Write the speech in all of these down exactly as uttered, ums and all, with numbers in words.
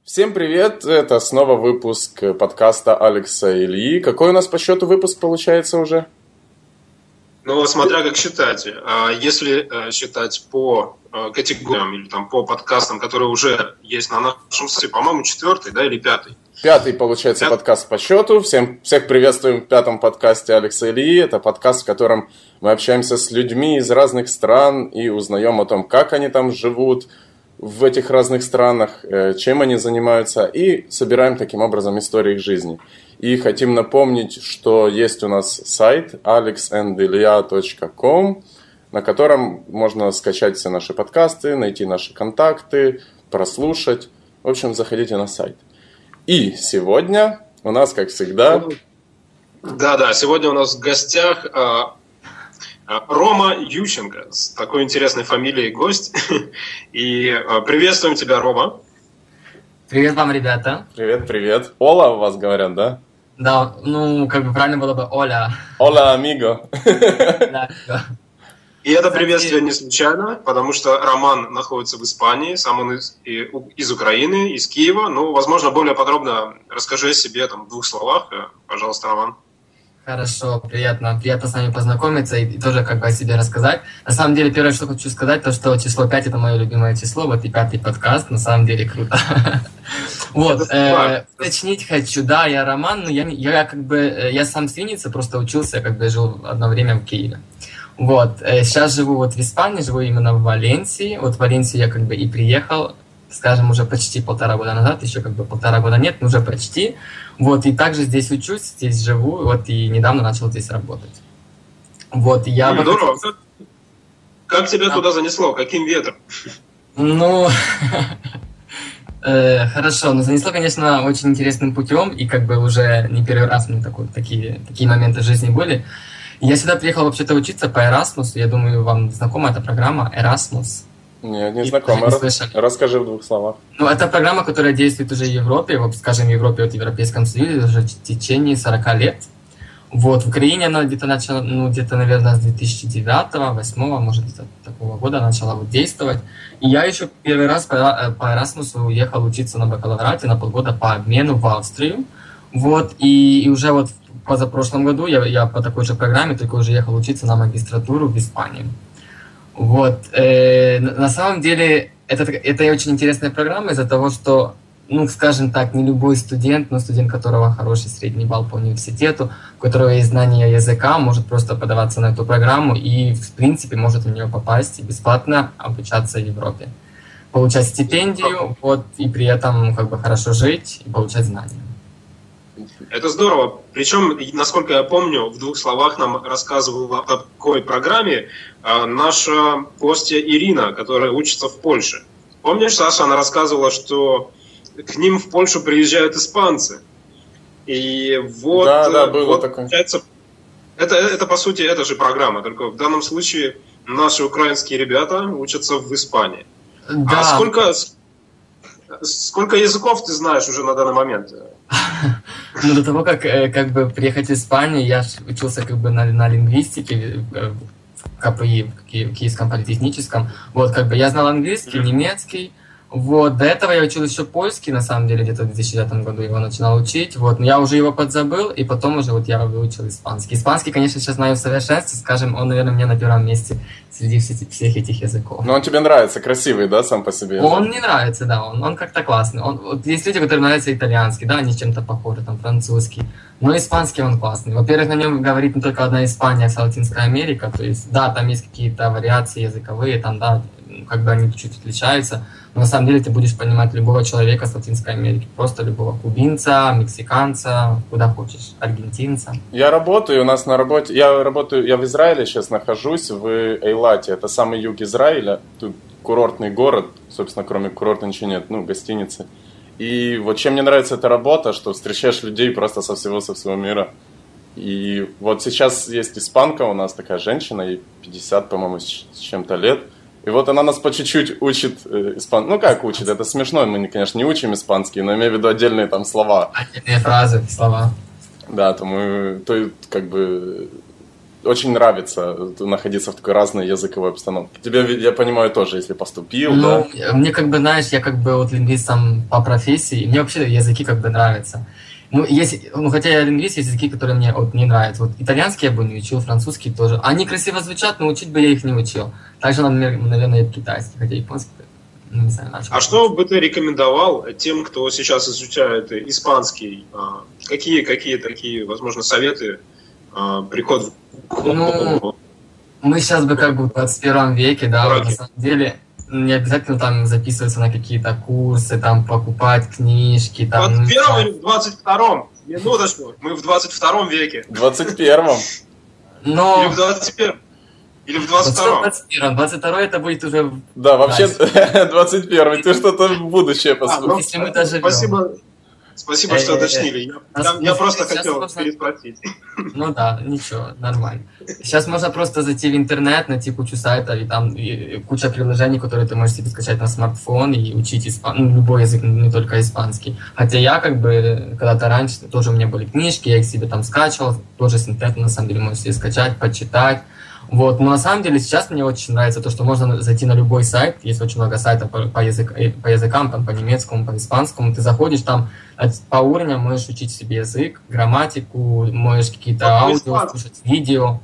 Всем привет, это снова выпуск подкаста Алекса и Ильи. Какой у нас по счету выпуск получается уже? Ну, смотря как считать. Если считать по категориям или там, по подкастам, которые уже есть на нашем сайте, по-моему, четвертый, да, или пятый? Пятый, получается, Пят... подкаст по счету. Всем, всех приветствуем в пятом подкасте Алекса и Ильи. Это подкаст, в котором мы общаемся с людьми из разных стран и узнаем о том, как они там живут в этих разных странах, чем они занимаются, и собираем таким образом истории их жизни. И хотим напомнить, что есть у нас сайт алекс энд илья точка ком, на котором можно скачать все наши подкасты, найти наши контакты, прослушать. В общем, заходите на сайт. И сегодня у нас, как всегда... Да-да, сегодня у нас в гостях Рома Ющенко, с такой интересной фамилией гость. И приветствуем тебя, Рома. Привет вам, ребята. Привет, привет. Ола у вас говорят, да? Да, ну, как бы правильно было бы Оля. Ола, амиго. Да, да. И это приветствие не случайно, потому что Роман находится в Испании, сам он из, из Украины, из Киева. Ну, возможно, более подробно расскажи о себе там, в двух словах. Пожалуйста, Роман. Хорошо, приятно, приятно с вами познакомиться и, и тоже как бы о себе рассказать. На самом деле, первое, что хочу сказать, то, что число пять – это мое любимое число, вот и пятый подкаст, на самом деле круто. Вот, уточнить хочу, да, я Роман, но я как бы, я сам с Винницы, просто учился, как бы жил одно время в Киеве. Вот, сейчас живу вот в Испании, живу именно в Валенсии, вот в Валенсию я как бы и приехал, скажем, уже почти полтора года назад, еще как бы полтора года нет, но уже почти. Вот, и также здесь учусь, здесь живу, вот, и недавно начал здесь работать. Вот, и я... Здорово. Бы... Как тебя а... туда занесло? Каким ветром? Ну, хорошо, но занесло, конечно, очень интересным путем, и как бы уже не первый раз у меня такие, такие моменты в жизни были. Я сюда приехал вообще-то учиться по Erasmus, я думаю, вам знакома эта программа Erasmus. Нет, не знакомо. Не Расскажи в двух словах. Ну, это программа, которая действует уже в Европе, вот, скажем, в Европе, вот, в Европейском Союзе уже в течение сорока лет. Вот, в Украине она где-то начала, ну, где-то, наверное, с две тысячи девятого, две тысячи восьмого, может, где-то такого года начала вот действовать. И я еще первый раз по, по Erasmus уехал учиться на бакалаврате на полгода по обмену в Австрию. Вот, и, и уже вот в позапрошлом году я, я по такой же программе, только уже ехал учиться на магистратуру в Испанию. Вот. Э, на самом деле, это, это очень интересная программа из-за того, что, ну, скажем так, не любой студент, но студент, у которого хороший средний балл по университету, у которого есть знание языка, может просто подаваться на эту программу и, в принципе, может в нее попасть и бесплатно обучаться в Европе. Получать стипендию, вот, и при этом как бы хорошо жить и получать знания. Это здорово. Причем, насколько я помню, в двух словах нам рассказывала о такой программе наша гостья Ирина, которая учится в Польше. Помнишь, Саша, она рассказывала, что к ним в Польшу приезжают испанцы. И вот... Да, да, было вот, такое. Это, это, по сути, эта же программа, только в данном случае наши украинские ребята учатся в Испании. Да. А сколько... Сколько языков ты знаешь уже на данный момент? Ну, до того, как, как бы приехать в Испанию, я учился как бы на, на лингвистике в КПИ, в Киевском политехническом. Вот, как бы я знал английский, немецкий. Вот, до этого я учил еще польский, на самом деле, где-то в две тысячи девятом году его начинал учить. Вот, но я уже его подзабыл, и потом уже вот я выучил испанский. Испанский, конечно, сейчас знаю в совершенстве, скажем, он, наверное, мне на первом месте среди всех этих языков. Но он тебе нравится, красивый, да, сам по себе? Он мне нравится, да, он, он как-то классный. Он, вот есть люди, которым нравится итальянский, да, они чем-то похожи, там, французский. Но испанский он классный. Во-первых, на нем говорит не только одна Испания, а вся Латинская Америка. То есть, да, там есть какие-то вариации языковые, там, да, как бы они чуть-чуть отличаются. Но на самом деле ты будешь понимать любого человека с Латинской Америки. Просто любого кубинца, мексиканца, куда хочешь, аргентинца. Я работаю, у нас на работе, я работаю, я в Израиле сейчас нахожусь, в Эйлате. Это самый юг Израиля. Тут курортный город, собственно, кроме курорта ничего нет, ну, гостиницы. И вот чем мне нравится эта работа, что встречаешь людей просто со всего, со всего мира. И вот сейчас есть испанка у нас, такая женщина, ей пятьдесят, по-моему, с чем-то лет. И вот она нас по чуть-чуть учит э, испанский. Ну, как учит? Это смешно, мы, конечно, не учим испанский, но имею в виду отдельные там слова. Отдельные фразы, слова. Да, то мы, то как бы... очень нравится находиться в такой разной языковой обстановке. Тебе, я понимаю, тоже, если поступил, ну, да? Мне как бы, знаешь, я как бы вот лингвистом по профессии, мне вообще языки как бы нравятся. Ну, есть, ну, хотя я лингвист, есть языки, которые мне вот не нравятся. Вот итальянский я бы не учил, французский тоже. Они красиво звучат, но учить бы я их не учил. Также, наверное, и китайский, хотя японский, ну, не знаю, начал. А что бы ты рекомендовал тем, кто сейчас изучает испанский? Какие, какие такие, возможно, советы приходят? Ну, мы сейчас бы как бы в двадцать первом веке, да, вот, на самом деле... Не обязательно там записываться на какие-то курсы, там покупать книжки. Там, в двадцать первом или в двадцать втором? Минуточку, мы в двадцать втором веке. В двадцать первом. Но... Или в двадцать первом? Или в двадцать втором? В двадцать первом. двадцать второй это будет уже... Да, вообще двадцать первый. Ты что-то в будущее посмотрел. Если мы даже... Спасибо. Спасибо, что уточнили. Я, я, я просто хотел можно... переспросить. Ну да, ничего, нормально. Сейчас можно просто зайти в интернет, найти кучу сайтов, и там и куча приложений, которые ты можешь себе скачать на смартфон и учить испан... ну, любой язык, не только испанский. Хотя я как бы когда-то раньше, тоже у меня были книжки, я их себе там скачивал, тоже с интернета на самом деле можешь себе скачать, почитать. Вот. Но на самом деле сейчас мне очень нравится то, что можно зайти на любой сайт, есть очень много сайтов по, по, язык, по языкам, там, по немецкому, по испанскому, ты заходишь там, по уровням можешь учить себе язык, грамматику, можешь какие-то а аудио слушать, видео.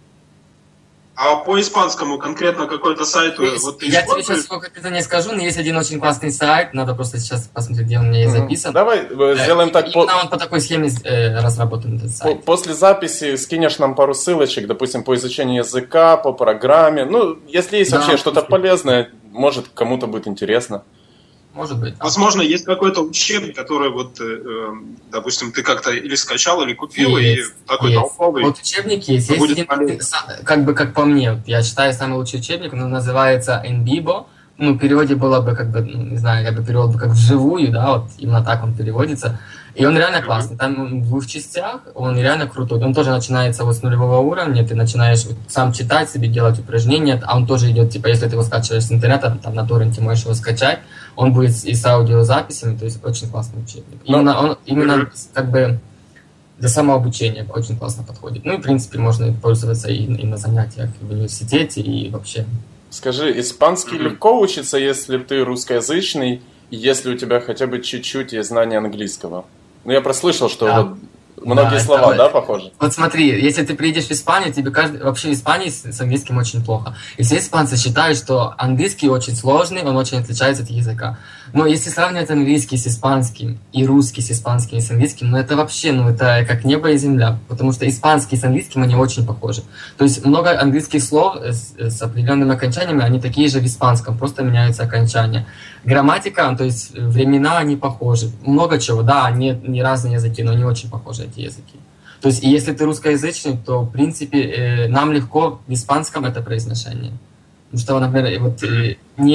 А по испанскому конкретно какой-то сайт? Есть, вот ты я тебе сейчас сколько это не скажу, но есть один очень классный сайт, надо просто сейчас посмотреть, где он у меня есть записан. Давай сделаем э, так. Именно по... он по такой схеме э, разработан этот сайт. После записи скинешь нам пару ссылочек, допустим, по изучению языка, по программе. Ну, если есть да, вообще что-то полезное, может, кому-то будет интересно. Может быть. Возможно, есть какой-то учебник, который, вот, э, допустим, ты как-то или скачал, или купил, есть, и такой толковый. Вот учебник есть. есть один, как бы, как по мне, я считаю, самый лучший учебник, он называется En Vivo. Ну, в переводе было бы, как бы, ну, не знаю, я бы перевел бы как вживую, да, вот именно так он переводится. И он реально классный. Там в двух частях, он реально крутой. Он тоже начинается вот с нулевого уровня, ты начинаешь сам читать, себе делать упражнения, а он тоже идет, типа, если ты его скачиваешь с интернета, там на торренте можешь его скачать, он будет и с аудиозаписями, то есть очень классный учебник. Именно, он, именно как бы для самообучения очень классно подходит. Ну и, в принципе, можно пользоваться и, и на занятиях в университете, и вообще. Скажи, испанский mm-hmm. легко учиться, если ты русскоязычный, и если у тебя хотя бы чуть-чуть есть знание английского? Ну, я прослышал, что да. вот многие да, слова, да, похожи? Вот смотри, если ты приедешь в Испанию, тебе каждый... Вообще в Испании с, с английским очень плохо. И все испанцы считают, что английский очень сложный, он очень отличается от языка. Но если сравнивать английский с испанским и русский с испанским и с английским, ну это вообще, ну это как небо и земля. Потому что испанский с английским, они очень похожи. То есть много английских слов с, с определенными окончаниями, они такие же в испанском, просто меняются окончания. Грамматика, то есть времена, они похожи. Много чего, да, они не разные языки, но они очень похожи, эти языки. То есть, и если ты русскоязычный, то, в принципе, э, нам легко в испанском это произношение. Потому что, например, вот, э,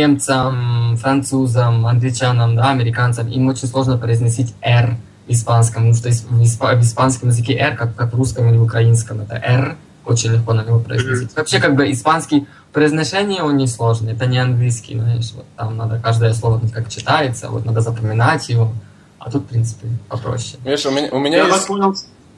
немцам, французам, англичанам, да, американцам, им очень сложно произносить «р» в испанском, потому что в, исп- в испанском языке «р», как, как в русском или в украинском, это «р», очень легко на него произносить. Вообще, как бы, испанский произношение, он не сложный, это не английский, знаешь, вот там надо каждое слово как читается, вот надо запоминать его, а тут, в принципе, попроще. Видишь, у меня, у меня я есть... так понял,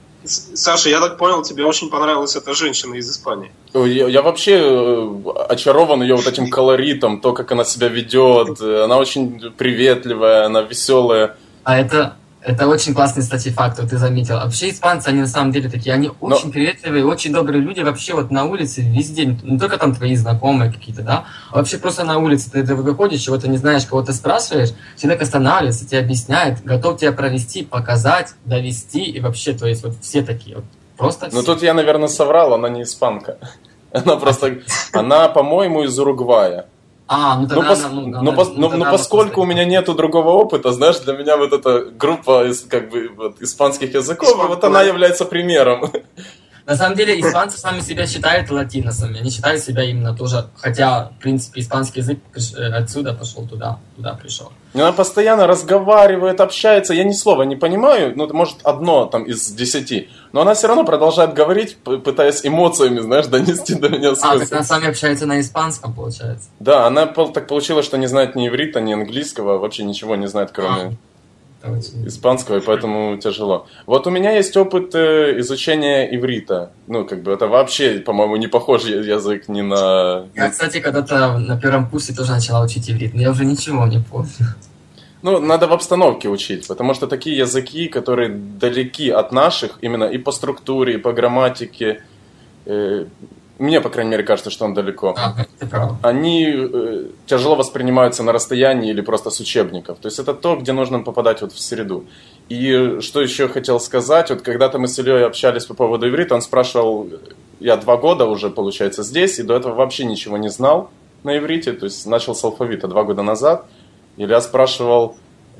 Саша, я так понял, тебе очень понравилась эта женщина из Испании. Я, я вообще очарован ее вот этим колоритом, то, как она себя ведет, она очень приветливая, она веселая. А это... Это очень классный, кстати, факт, вот ты заметил. Вообще испанцы, они на самом деле такие, они Но... очень приветливые, очень добрые люди, вообще вот на улице, везде, не только там твои знакомые какие-то, да, а вообще просто на улице ты, ты выходишь, чего-то не знаешь, кого-то спрашиваешь, человек останавливается, тебе объясняет, готов тебя провести, показать, довести, и вообще, то есть вот все такие, вот просто все. Ну тут я, наверное, соврал, она не испанка. Она просто, она, по-моему, из Уругвая. А, ну тогда... Ну, пос... ну, ну, ну, пос... ну, ну, ну поскольку у меня нету другого опыта, знаешь, для меня вот эта группа из, как бы, вот, испанских языков, Испан... вот она является примером. На самом деле, испанцы сами себя считают латиносами, они считают себя именно тоже, хотя, в принципе, испанский язык отсюда пошел туда, туда пришел. Она постоянно разговаривает, общается, я ни слова не понимаю, ну, может, одно там из десяти, но она все равно продолжает говорить, пытаясь эмоциями, знаешь, донести до меня смысл. А, так она с вами общается на испанском, получается? Да, она так получилось, что не знает ни иврита, ни английского, вообще ничего не знает, кроме... А. испанского, и поэтому тяжело. Вот у меня есть опыт изучения иврита. Ну, как бы это вообще, по-моему, не похожий язык ни на... Я, кстати, когда-то на первом курсе тоже начала учить иврит, но я уже ничего не помню. Ну, надо в обстановке учить, потому что такие языки, которые далеки от наших, именно и по структуре, и по грамматике, э, мне, по крайней мере, кажется, что он далеко, а, ты прав. Они э, тяжело воспринимаются на расстоянии или просто с учебников. То есть это то, где нужно попадать вот в среду. И что еще хотел сказать, вот когда-то мы с Ильей общались по поводу иврита, он спрашивал, я два года уже, получается, здесь, и до этого вообще ничего не знал на иврите, то есть начал с алфавита два года назад. Илья спрашивал,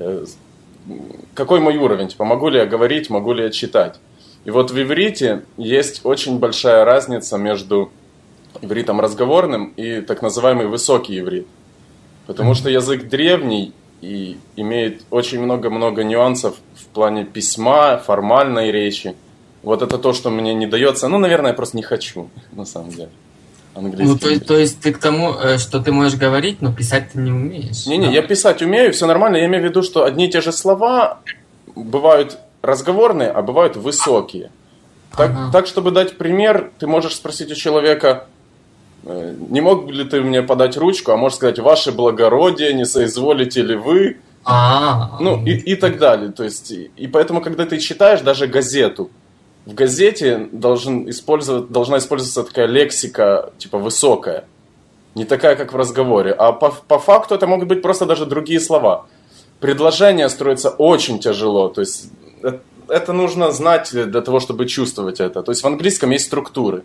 какой мой уровень, типа, могу ли я говорить, могу ли я читать. И вот в иврите есть очень большая разница между ивритом разговорным и так называемый высокий иврит. Потому что язык древний и имеет очень много-много нюансов в плане письма, формальной речи. Вот это то, что мне не дается. Ну, наверное, я просто не хочу, на самом деле. Ну, то, то есть ты к тому, что ты можешь говорить, но писать ты не умеешь. Не-не, да? Я писать умею, все нормально. Я имею в виду, что одни и те же слова бывают разговорные, а бывают высокие. Так, ага. так, чтобы дать пример, ты можешь спросить у человека, не мог ли ты мне подать ручку, а можешь сказать, ваше благородие, не соизволите ли вы? А-а-а. Ну, и, и так далее. То есть, и поэтому, когда ты читаешь даже газету, в газете должен использовать, должна использоваться такая лексика, типа, высокая. Не такая, как в разговоре. А по, по факту это могут быть просто даже другие слова. Предложение строится очень тяжело. То есть это нужно знать для того, чтобы чувствовать это. То есть в английском есть структуры.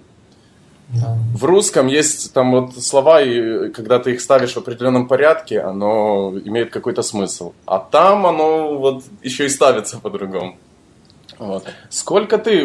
Да. В русском есть там вот слова, и когда ты их ставишь в определенном порядке, оно имеет какой-то смысл. А там оно вот еще и ставится по-другому. Вот. Сколько ты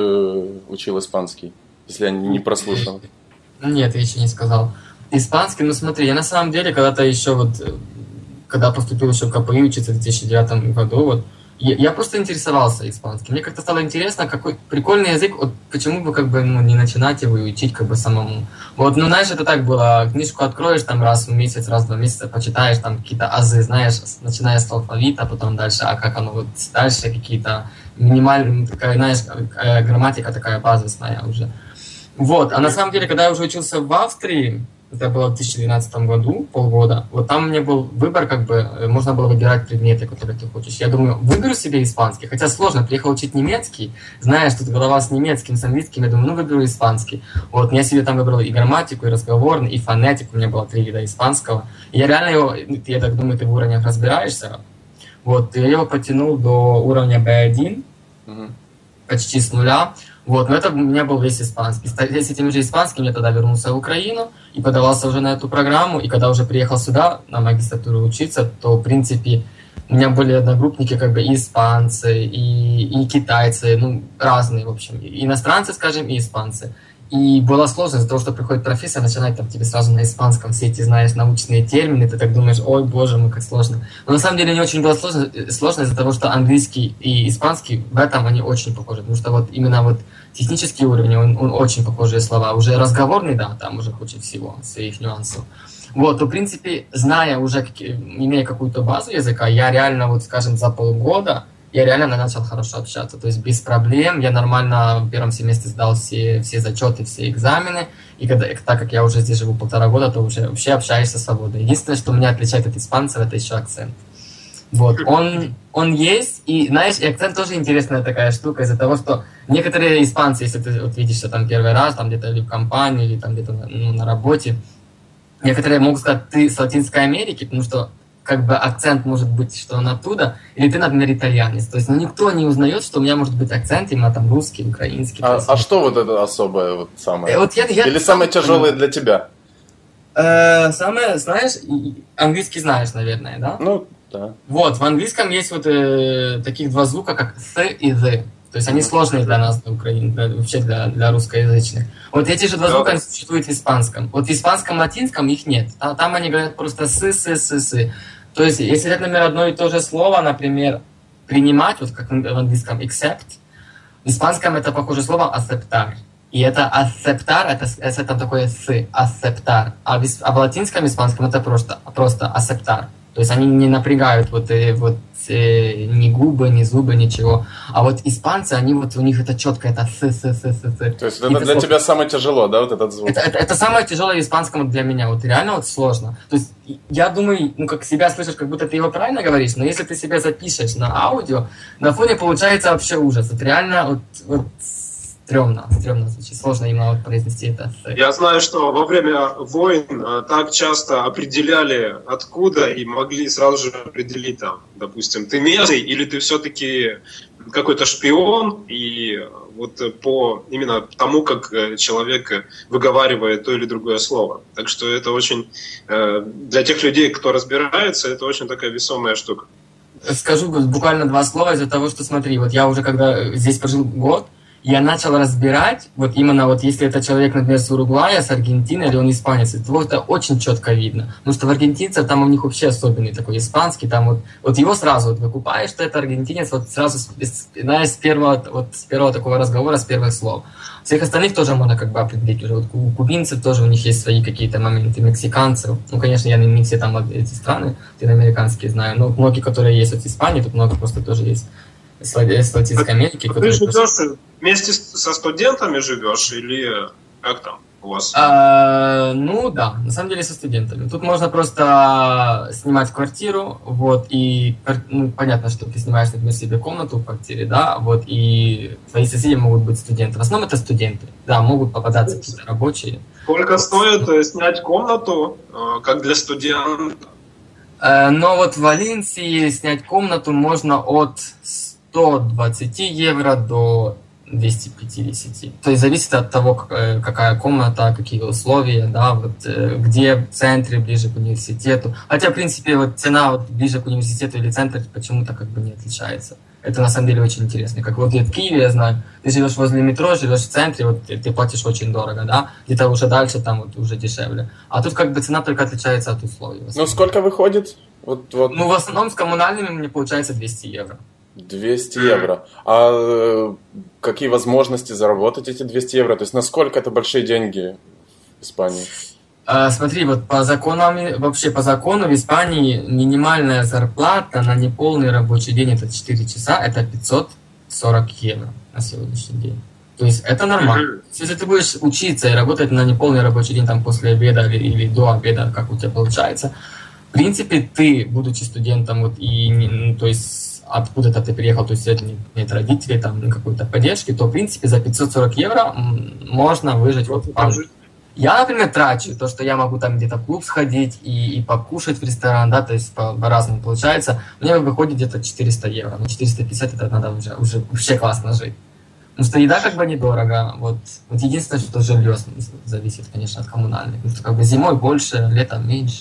э, учил испанский, если я не прослушал? Нет, я еще не сказал. Испанский, ну смотри, я на самом деле когда-то еще вот, когда поступил еще в КПИ учиться в две тысячи девятом году, вот, я, я просто интересовался испанским. Мне как-то стало интересно, какой прикольный язык, вот почему бы как бы ну, не начинать его и учить как бы самому. Вот, ну знаешь, это так было, книжку откроешь там раз в месяц, раз в два месяца, почитаешь там какие-то азы, знаешь, начиная с алфавита, потом дальше, а как оно вот дальше какие-то минимальная, такая, знаешь, грамматика такая базисная уже. Вот, а на самом деле, когда я уже учился в Австрии, это было в две тысячи двенадцатом году, полгода, вот там у меня был выбор, как бы, можно было выбирать предметы, которые ты хочешь. Я думаю, выберу себе испанский, хотя сложно, приехал учить немецкий, знаешь, тут голова с немецким, с английским, я думаю, ну, выберу испанский. Вот, я себе там выбрал и грамматику, и разговорный, и фонетику, у меня было три вида испанского. И я реально его, я так думаю, ты в уровнях разбираешься, вот, я его потянул до уровня би один, угу. почти с нуля. Вот, но это у меня был весь испанский. С этим же испанским я тогда вернулся в Украину и подавался уже на эту программу. И когда уже приехал сюда на магистратуру учиться, то, в принципе, у меня были одногруппники как бы и испанцы, и, и китайцы, ну, разные, в общем. И иностранцы, скажем, и испанцы. И было сложно из-за того, что приходит профессор, начинает там тебе сразу на испанском все эти, знаешь, научные термины, ты так думаешь, ой, боже мой, как сложно. Но на самом деле не очень было сложно, сложно из-за того, что английский и испанский, в этом они очень похожи, потому что вот именно вот технический уровень, он, он очень похожие слова. Уже разговорный, да, там уже куча всего, своих нюансов. Вот, то, в принципе, зная уже, имея какую-то базу языка, я реально, вот, скажем, за полгода я реально начал хорошо общаться, то есть без проблем. Я нормально в первом семестре сдал все, все зачеты, все экзамены. И когда, так как я уже здесь живу полтора года, то уже вообще общаешься свободно. Единственное, что меня отличает от испанцев, это еще акцент. Вот, он, он есть, и, знаешь, и акцент тоже интересная такая штука из-за того, что некоторые испанцы, если ты вот видишь, что там первый раз, там где-то или в компании, или там где-то ну, на работе, некоторые могут сказать, ты с Латинской Америки, потому что как бы акцент может быть, что он оттуда, или ты, например, итальянец. То есть ну, никто не узнает, что у меня может быть акцент именно там русский, украинский. А, а что вот это особое вот самое? Э, вот я, я или самое тяжелое для тебя? Э, самое, знаешь, английский знаешь, наверное, да? Ну, да. Вот, в английском есть вот э, таких два звука, как «th» и «the». То есть они сложные для нас, для Украины, для, вообще для, для русскоязычных. Вот эти же два звука okay. существуют в испанском. Вот в испанском, латинском их нет. А там они говорят просто «сы», «сы», «сы», «сы». То есть если взять, например, одно и то же слово, например, «принимать», вот как в английском «accept», в испанском это похожее слово «aceptar». И это «aceptar», это, это там такое «сы», «aceptar». А в, а в латинском, испанском это просто, просто «aceptar». То есть они не напрягают вот, вот есть э, ни губы, ни зубы, ничего. А вот испанцы, они вот, у них это четко, это с, с, с, с, с. То есть это для слов... тебя самое тяжело, да, вот этот звук? Это, это, это самое тяжелое в испанском для меня, вот реально вот сложно. То есть я думаю, ну как себя слышишь, как будто ты его правильно говоришь, но если ты себя запишешь на аудио, на фоне получается вообще ужас. Вот реально вот, вот стрёмно, стрёмно звучит, сложно именно вот произнести это. Я знаю, что во время войн так часто определяли откуда и могли сразу же определить там, допустим, ты местный или ты все-таки какой-то шпион, и вот по именно тому, как человек выговаривает то или другое слово. Так что это очень, для тех людей, кто разбирается, это очень такая весомая штука. Скажу буквально два слова из-за того, что смотри, вот я уже когда здесь прожил год, я начал разбирать, вот именно вот если это человек, например, с Уругвая, с Аргентины, или он испанец, то это очень четко видно. Потому что в аргентинцев там у них вообще особенный такой испанский, там вот, вот его сразу вот выкупаешь, что это аргентинец, вот сразу, знаешь, с первого, вот с первого такого разговора, с первых слов. Всех остальных тоже можно как бы определить уже. Вот у кубинцев тоже у них есть свои какие-то моменты, мексиканцев. Ну, конечно, я не все там эти страны латиноамериканские знаю, но многие, которые есть от Испании, тут много просто тоже есть с Латинской Америки. Ты живешь просто... вместе со студентами живешь или как там у вас? А, ну да, на самом деле со студентами. Тут можно просто снимать квартиру, вот, и ну, понятно, что ты снимаешь, например, себе комнату в квартире, да, вот, и твои соседи могут быть студенты. В основном это студенты, да, могут попадаться какие-то рабочие. Сколько вот. Стоит снять комнату, как для студентов? Но вот в Валенсии снять комнату можно от сто двадцать евро до двести пятьдесят. То есть зависит от того, какая комната, какие условия, да, вот где в центре, ближе к университету. Хотя, в принципе, вот цена вот ближе к университету или центру почему-то как бы не отличается. Это на самом деле очень интересно. Как вот в Киеве, я знаю, ты живешь возле метро, живешь в центре, вот ты платишь очень дорого, да, где-то уже дальше, там вот уже дешевле. А тут как бы цена только отличается от условий. Ну, сколько выходит? Вот, вот. Ну, в основном с коммунальными мне получается двести евро. двести евро. А э, какие возможности заработать эти двести евро? То есть насколько это большие деньги в Испании? А, смотри, вот по законам, вообще по закону в Испании минимальная зарплата на неполный рабочий день это четыре часа, это пятьсот сорок евро на сегодняшний день. То есть это нормально. Если ты будешь учиться и работать на неполный рабочий день там после обеда или, или до обеда, как у тебя получается, в принципе, ты, будучи студентом, вот, и, ну, то есть откуда-то ты приехал, то есть нет родителей, там, какой-то поддержки, то, в принципе, за пятьсот сорок евро можно выжить вот там. Я, например, трачу то, что я могу там где-то в клуб сходить и, и покушать в ресторан, да, то есть по- по-разному получается. Мне выходит где-то четыреста евро, ну, четыреста пятьдесят это надо уже, уже вообще классно жить. Потому что еда как бы недорого, вот, вот единственное, что жилье зависит, конечно, от коммунальных, потому что как бы зимой больше, летом меньше.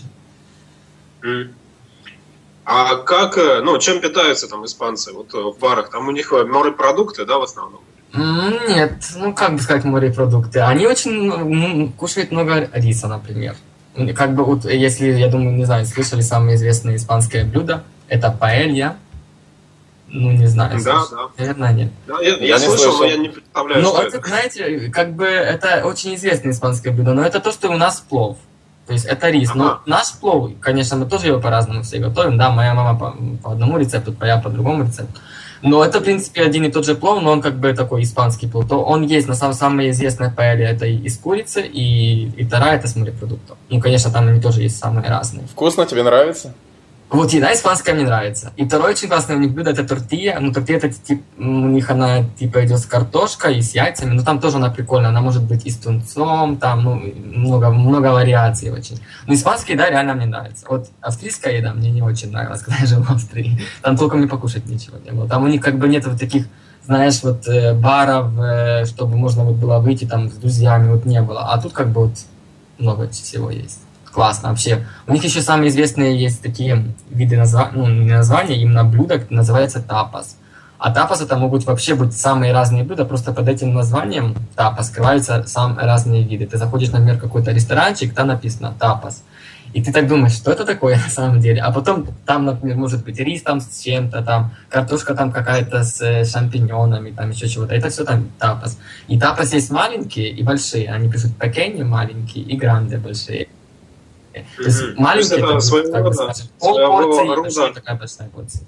А как, ну, чем питаются там испанцы вот в барах? Там у них морепродукты, да, в основном? Нет, ну как бы сказать морепродукты. Они очень ну, кушают много риса, например. Как бы вот, если, я думаю, не знаю, слышали самое известное испанское блюдо, это паэлья. Ну, не знаю. Да, слышали? Да. Наверное, нет. Да, я, я, я слышал, слышал, но я не представляю, ну, что это. это. Знаете, как бы это очень известное испанское блюдо, но это то, что у нас плов. То есть это рис. Ага. Но наш плов, конечно, мы тоже его по-разному все готовим. Да, моя мама по, по одному рецепту, я по другому рецепту. Но это, в принципе, один и тот же плов, но он как бы такой испанский плов. То он есть, на самом самая известная паэлья это из курицы, и, и вторая это с морепродуктов. Ну, конечно, там они тоже есть самые разные. Вкусно? Тебе нравится? Вот еда испанская мне нравится. И второе очень классное у них блюдо это тортилья. Ну, тортилья это тип, у них она типа идет с картошкой и с яйцами, но там тоже она прикольная. Она может быть и с тунцом, там ну, много, много вариаций очень. Но испанская еда реально мне нравится. Вот австрийская еда мне не очень нравилась, когда я жил в Австрии. Там толком не покушать ничего не было. Там у них как бы нет вот таких, знаешь, вот баров, чтобы можно вот было выйти там с друзьями, вот не было. А тут как бы вот много всего есть. Классно вообще. У них еще самые известные есть такие виды названия, ну, не названия, именно блюда, называется тапас. А тапас это могут вообще быть самые разные блюда, просто под этим названием тапас скрываются самые разные виды. Ты заходишь, например, в какой-то ресторанчик, там написано тапас. И ты так думаешь, что это такое на самом деле? А потом там, например, может быть рис там с чем-то, там картошка там какая-то с шампиньонами, там еще чего-то. Это все там тапас. И тапас есть маленькие и большие. Они пишут pequeño маленькие и grande большие. То есть mm-hmm. маленькие, это, своего, как бы, да, скажем, полпорции, большая такая большая порция.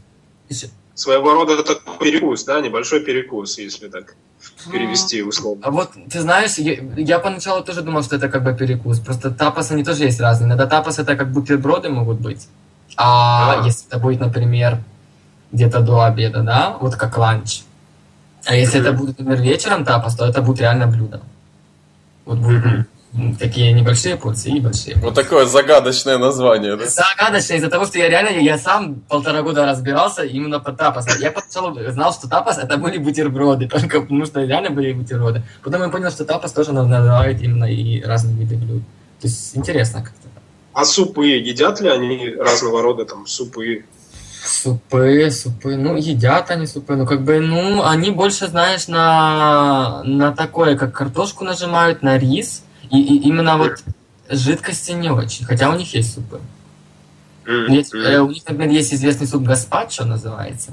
Своего рода такой перекус, да, небольшой перекус, если так перевести условно. А вот, ты знаешь, я, я поначалу тоже думал, что это как бы перекус. Просто тапасы, они тоже есть разные. Иногда тапасы это как бутерброды могут быть. А, а если это будет, например, где-то до обеда, да, вот как ланч. А если mm-hmm. это будет, например, вечером тапас, то это будет реально блюдо. Вот будут mm-hmm. такие небольшие порции и большие порции. Вот такое загадочное название, да? Загадочное из-за того, что я реально, я сам полтора года разбирался именно по тапасу. Я поначалу знал, что тапас это были бутерброды, только потому что реально были бутерброды. Потом я понял, что тапас тоже называют именно и разные виды блюд. То есть интересно как-то. А супы едят ли они разного рода там супы? Супы, супы, ну, едят они супы, ну, как бы, ну, они больше, знаешь, на, на такое, как картошку нажимают, на рис, и, и именно вот жидкости не очень, хотя у них есть супы. Есть, э, у них, например, есть известный суп гаспачо, называется,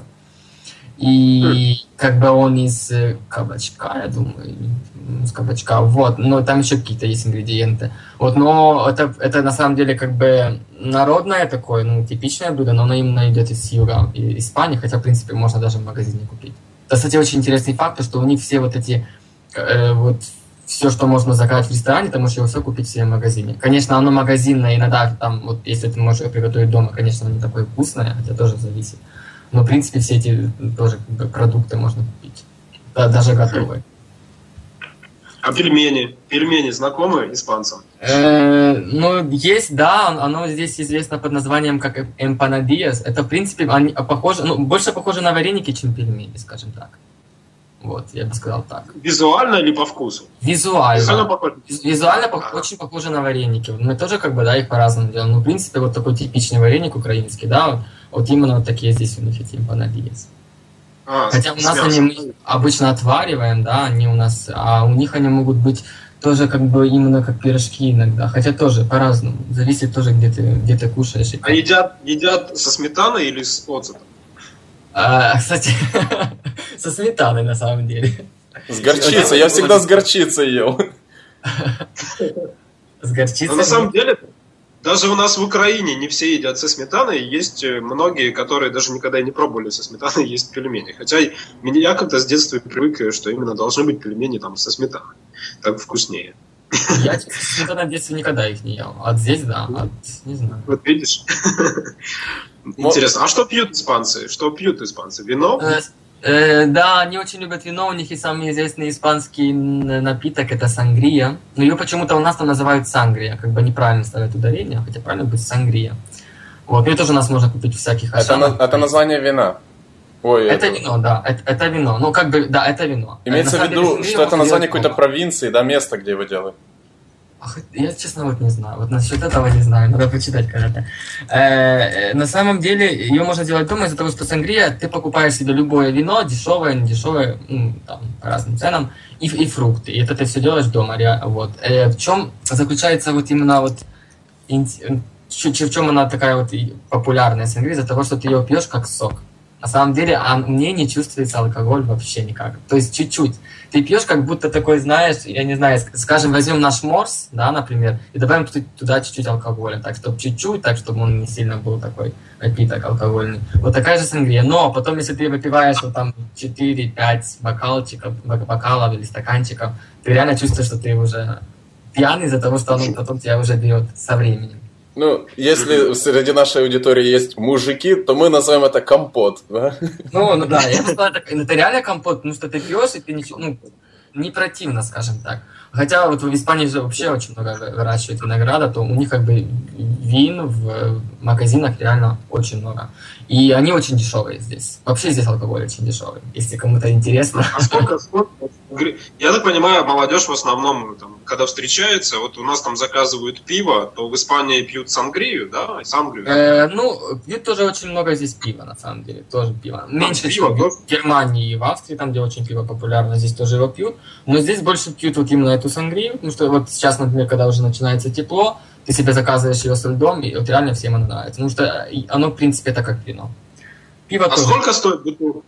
и как бы он из кабачка, я думаю, из кабачка, вот, но там еще какие-то есть ингредиенты, вот, но это, это на самом деле как бы народное такое, ну, типичное блюдо, но оно именно идет из юга Испании, хотя, в принципе, можно даже в магазине купить. Это, кстати, очень интересный факт, что у них все вот эти, э, вот, все, что можно заказать в ресторане, ты можешь его все купить в своем магазине. Конечно, оно магазинное, иногда там, вот, если ты можешь его приготовить дома, конечно, оно не такое вкусное, хотя тоже зависит. Но, в принципе, все эти тоже продукты можно купить, да, даже готовые. А пельмени? Пельмени знакомы испанцам? Э, ну, есть, да, оно здесь известно под названием как эмпанадилlas. Это, в принципе, они похожи, ну, больше похоже на вареники, чем пельмени, скажем так. Вот, я бы сказал так. Визуально или по вкусу? Визуально. Визуально, похоже. Визуально по- очень похоже на вареники. Мы тоже, как бы, да, их по-разному делаем. Но, в принципе, вот такой типичный вареник украинский, да, вот, вот именно вот такие здесь у них эти эмпанадилlas. А, Хотя у нас они мы обычно отвариваем, да, они у нас, а у них они могут быть тоже как бы именно как пирожки иногда, хотя тоже по-разному, зависит тоже где ты, где ты кушаешь. А едят, едят со сметаной или с оцетом? А, кстати, со сметаной на самом деле. С горчицей, я всегда с горчицей ел. С горчицей? Но на самом деле... Даже у нас в Украине не все едят со сметаной. Есть многие, которые даже никогда и не пробовали со сметаной есть пельмени. Хотя я как-то с детства привык, что именно должны быть пельмени там со сметаной. Так вкуснее. Я со сметаной в детстве никогда их не ел. А здесь, да, от, не знаю. Вот видишь. Интересно. А что пьют испанцы? Что пьют испанцы? Вино? Э, да, они очень любят вино, у них есть самый известный испанский напиток, это сангрия. Но ее почему-то у нас там называют сангрия, как бы неправильно ставят ударение, хотя правильно будет сангрия. Вот, ее тоже у нас можно купить в всяких ашанах. Это, это название вина? Ой, это, это вино, да, это, это вино. Ну, как бы, да, это вино. Имеется в виду, что это название какой-то провинции, да, места, где его делают? Ах, я, честно, вот не знаю. Вот насчет этого не знаю. Надо почитать когда-то. Э, на самом деле, ее можно делать дома из-за того, что сангрия, ты покупаешь себе любое вино, дешевое, не дешевое, ну, там, по разным ценам, и, и фрукты. И это ты все делаешь дома. Вот. Э, в чем заключается вот именно вот... В чем она такая вот популярная сангрия? Из-за того, что ты ее пьешь как сок. На самом деле, а мне не чувствуется алкоголь вообще никак. То есть чуть-чуть. Ты пьешь, как будто такой, знаешь, я не знаю, скажем, возьмем наш морс, да, например, и добавим туда чуть-чуть алкоголя, так, чтобы чуть-чуть, так, чтобы он не сильно был такой напиток алкогольный. Вот такая же сангрия. Но потом, если ты выпиваешь вот там четыре-пять бокалчиков, бокалов или стаканчиков, ты реально чувствуешь, что ты уже пьяный из-за того, что оно потом тебя уже берет со временем. Ну, если среди нашей аудитории есть мужики, то мы назовем это компот, да? Ну, ну да, я бы сказал, это, это реально компот, потому что ты пьешь, и ты не, ну, не противно, скажем так. Хотя вот в Испании же вообще очень много выращивают винограда, то у них как бы вин в магазинах реально очень много. И они очень дешевые здесь. Вообще здесь алкоголь очень дешевый, если кому-то интересно. А сколько, сколько? Я так понимаю, молодежь в основном, там, когда встречается, вот у нас там заказывают пиво, то в Испании пьют сангрию, да? Сангрию. Э, ну, пьют тоже очень много здесь пива, на самом деле. Тоже пиво. Меньше, чем в Германии и в Австрии, там, где очень пиво популярно, здесь тоже его пьют. Но здесь больше пьют вот именно эту сангрию, потому что вот сейчас, например, когда уже начинается тепло, ты себе заказываешь ее со льдом, и вот реально всем оно нравится. Потому что оно, в принципе, это как вино. Пиво а тоже. Сколько стоит бутылка?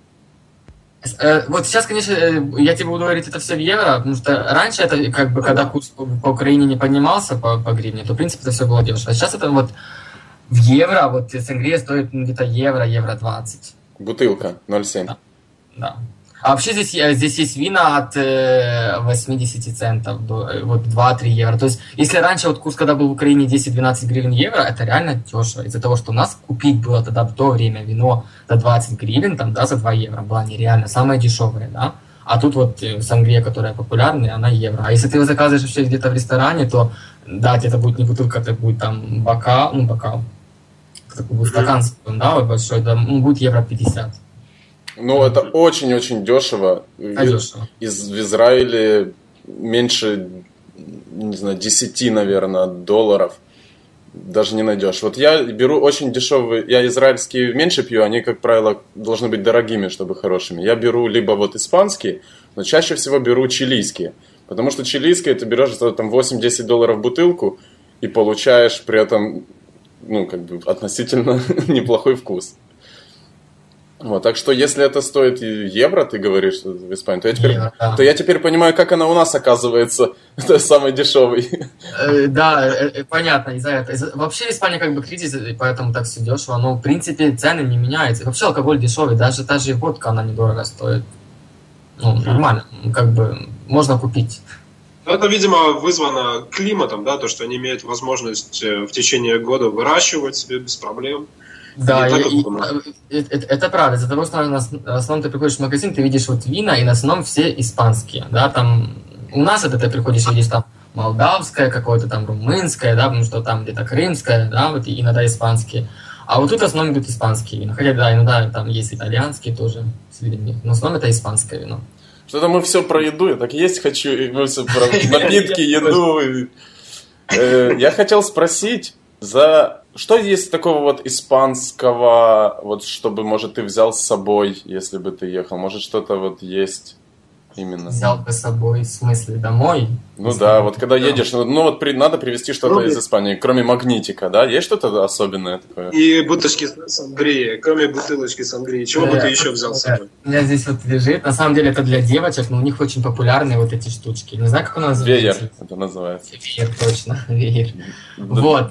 Вот сейчас, конечно, я тебе буду говорить это все в евро, потому что раньше это как бы, когда курс по Украине не поднимался по, по гривне, то, в принципе, это все было дешево. А сейчас это вот в евро, вот сангрия стоит где-то евро, евро двадцать. Бутылка ноль семь. Да. да. А вообще здесь, здесь есть вина от восемьдесят центов до вот два-три евро. То есть, если раньше вот курс, когда был в Украине десять-двенадцать гривен евро, это реально дешево. Из-за того, что у нас купить было тогда в то время вино за двадцать гривен, там, да, за два евро было нереально. Самое дешевое, да. А тут вот сангрия, которая популярная, она евро. А если ты его заказываешь вообще где-то в ресторане, то да, это будет не бутылка, это будет там бокал, ну, бокал, такой будет стакан, да, вот большой, да, ну, будет евро пятьдесят. Ну, это очень-очень дешево. А дешево. Из, в Израиле меньше, не знаю, десять, наверное, долларов даже не найдешь. Вот я беру очень дешевые, я израильские меньше пью, они, как правило, должны быть дорогими, чтобы хорошими. Я беру либо вот испанские, но чаще всего беру чилийские. Потому что чилийские ты берешь за там восемь-десять долларов бутылку и получаешь при этом, ну, как бы относительно неплохой вкус. Вот, так что если это стоит евро, ты говоришь, в Испании, то я теперь, евро, да. то я теперь понимаю, как она у нас оказывается самой дешевой. Э, да, э, понятно, из-за этого. Вообще Испания как бы кризис, и поэтому так все дешево, но в принципе цены не меняются. Вообще алкоголь дешевый, даже та же водка, она недорого стоит. Ну, нормально, как бы можно купить. Это, видимо, вызвано климатом, да, то, что они имеют возможность в течение года выращивать себе без проблем. Да, и, и, и, это, это правда. Из-за того, что на, в основном ты приходишь в магазин, ты видишь вот вина, и на основном все испанские, да, там у нас это ты приходишь, видишь там молдавское, какое-то там румынское, да, потому что там где-то крымское, да, вот и иногда испанские. А вот тут в основном идут испанские вина. Хотя, да, иногда там есть итальянские тоже среди них, но в основном это испанское вино. Что-то мы все про еду, я так есть хочу, и мы все про напитки, еду. Я хотел спросить, за что есть такого вот испанского, вот чтобы, может, ты взял с собой, если бы ты ехал? Может, что-то вот есть именно? Взял бы с собой, в смысле, домой? Ну да, вот когда едешь, ну, ну вот при, надо привезти что-то кроме... из Испании, кроме магнитика, да? Есть что-то особенное такое? И бутылочки сангрии, кроме бутылочки сангрии, чего бы ты еще взял с собой? У меня здесь вот лежит, на самом деле это для девочек, но у них очень популярные вот эти штучки. Не знаю, как у нас называется? Веер, это называется. Веер, точно, веер. Вот,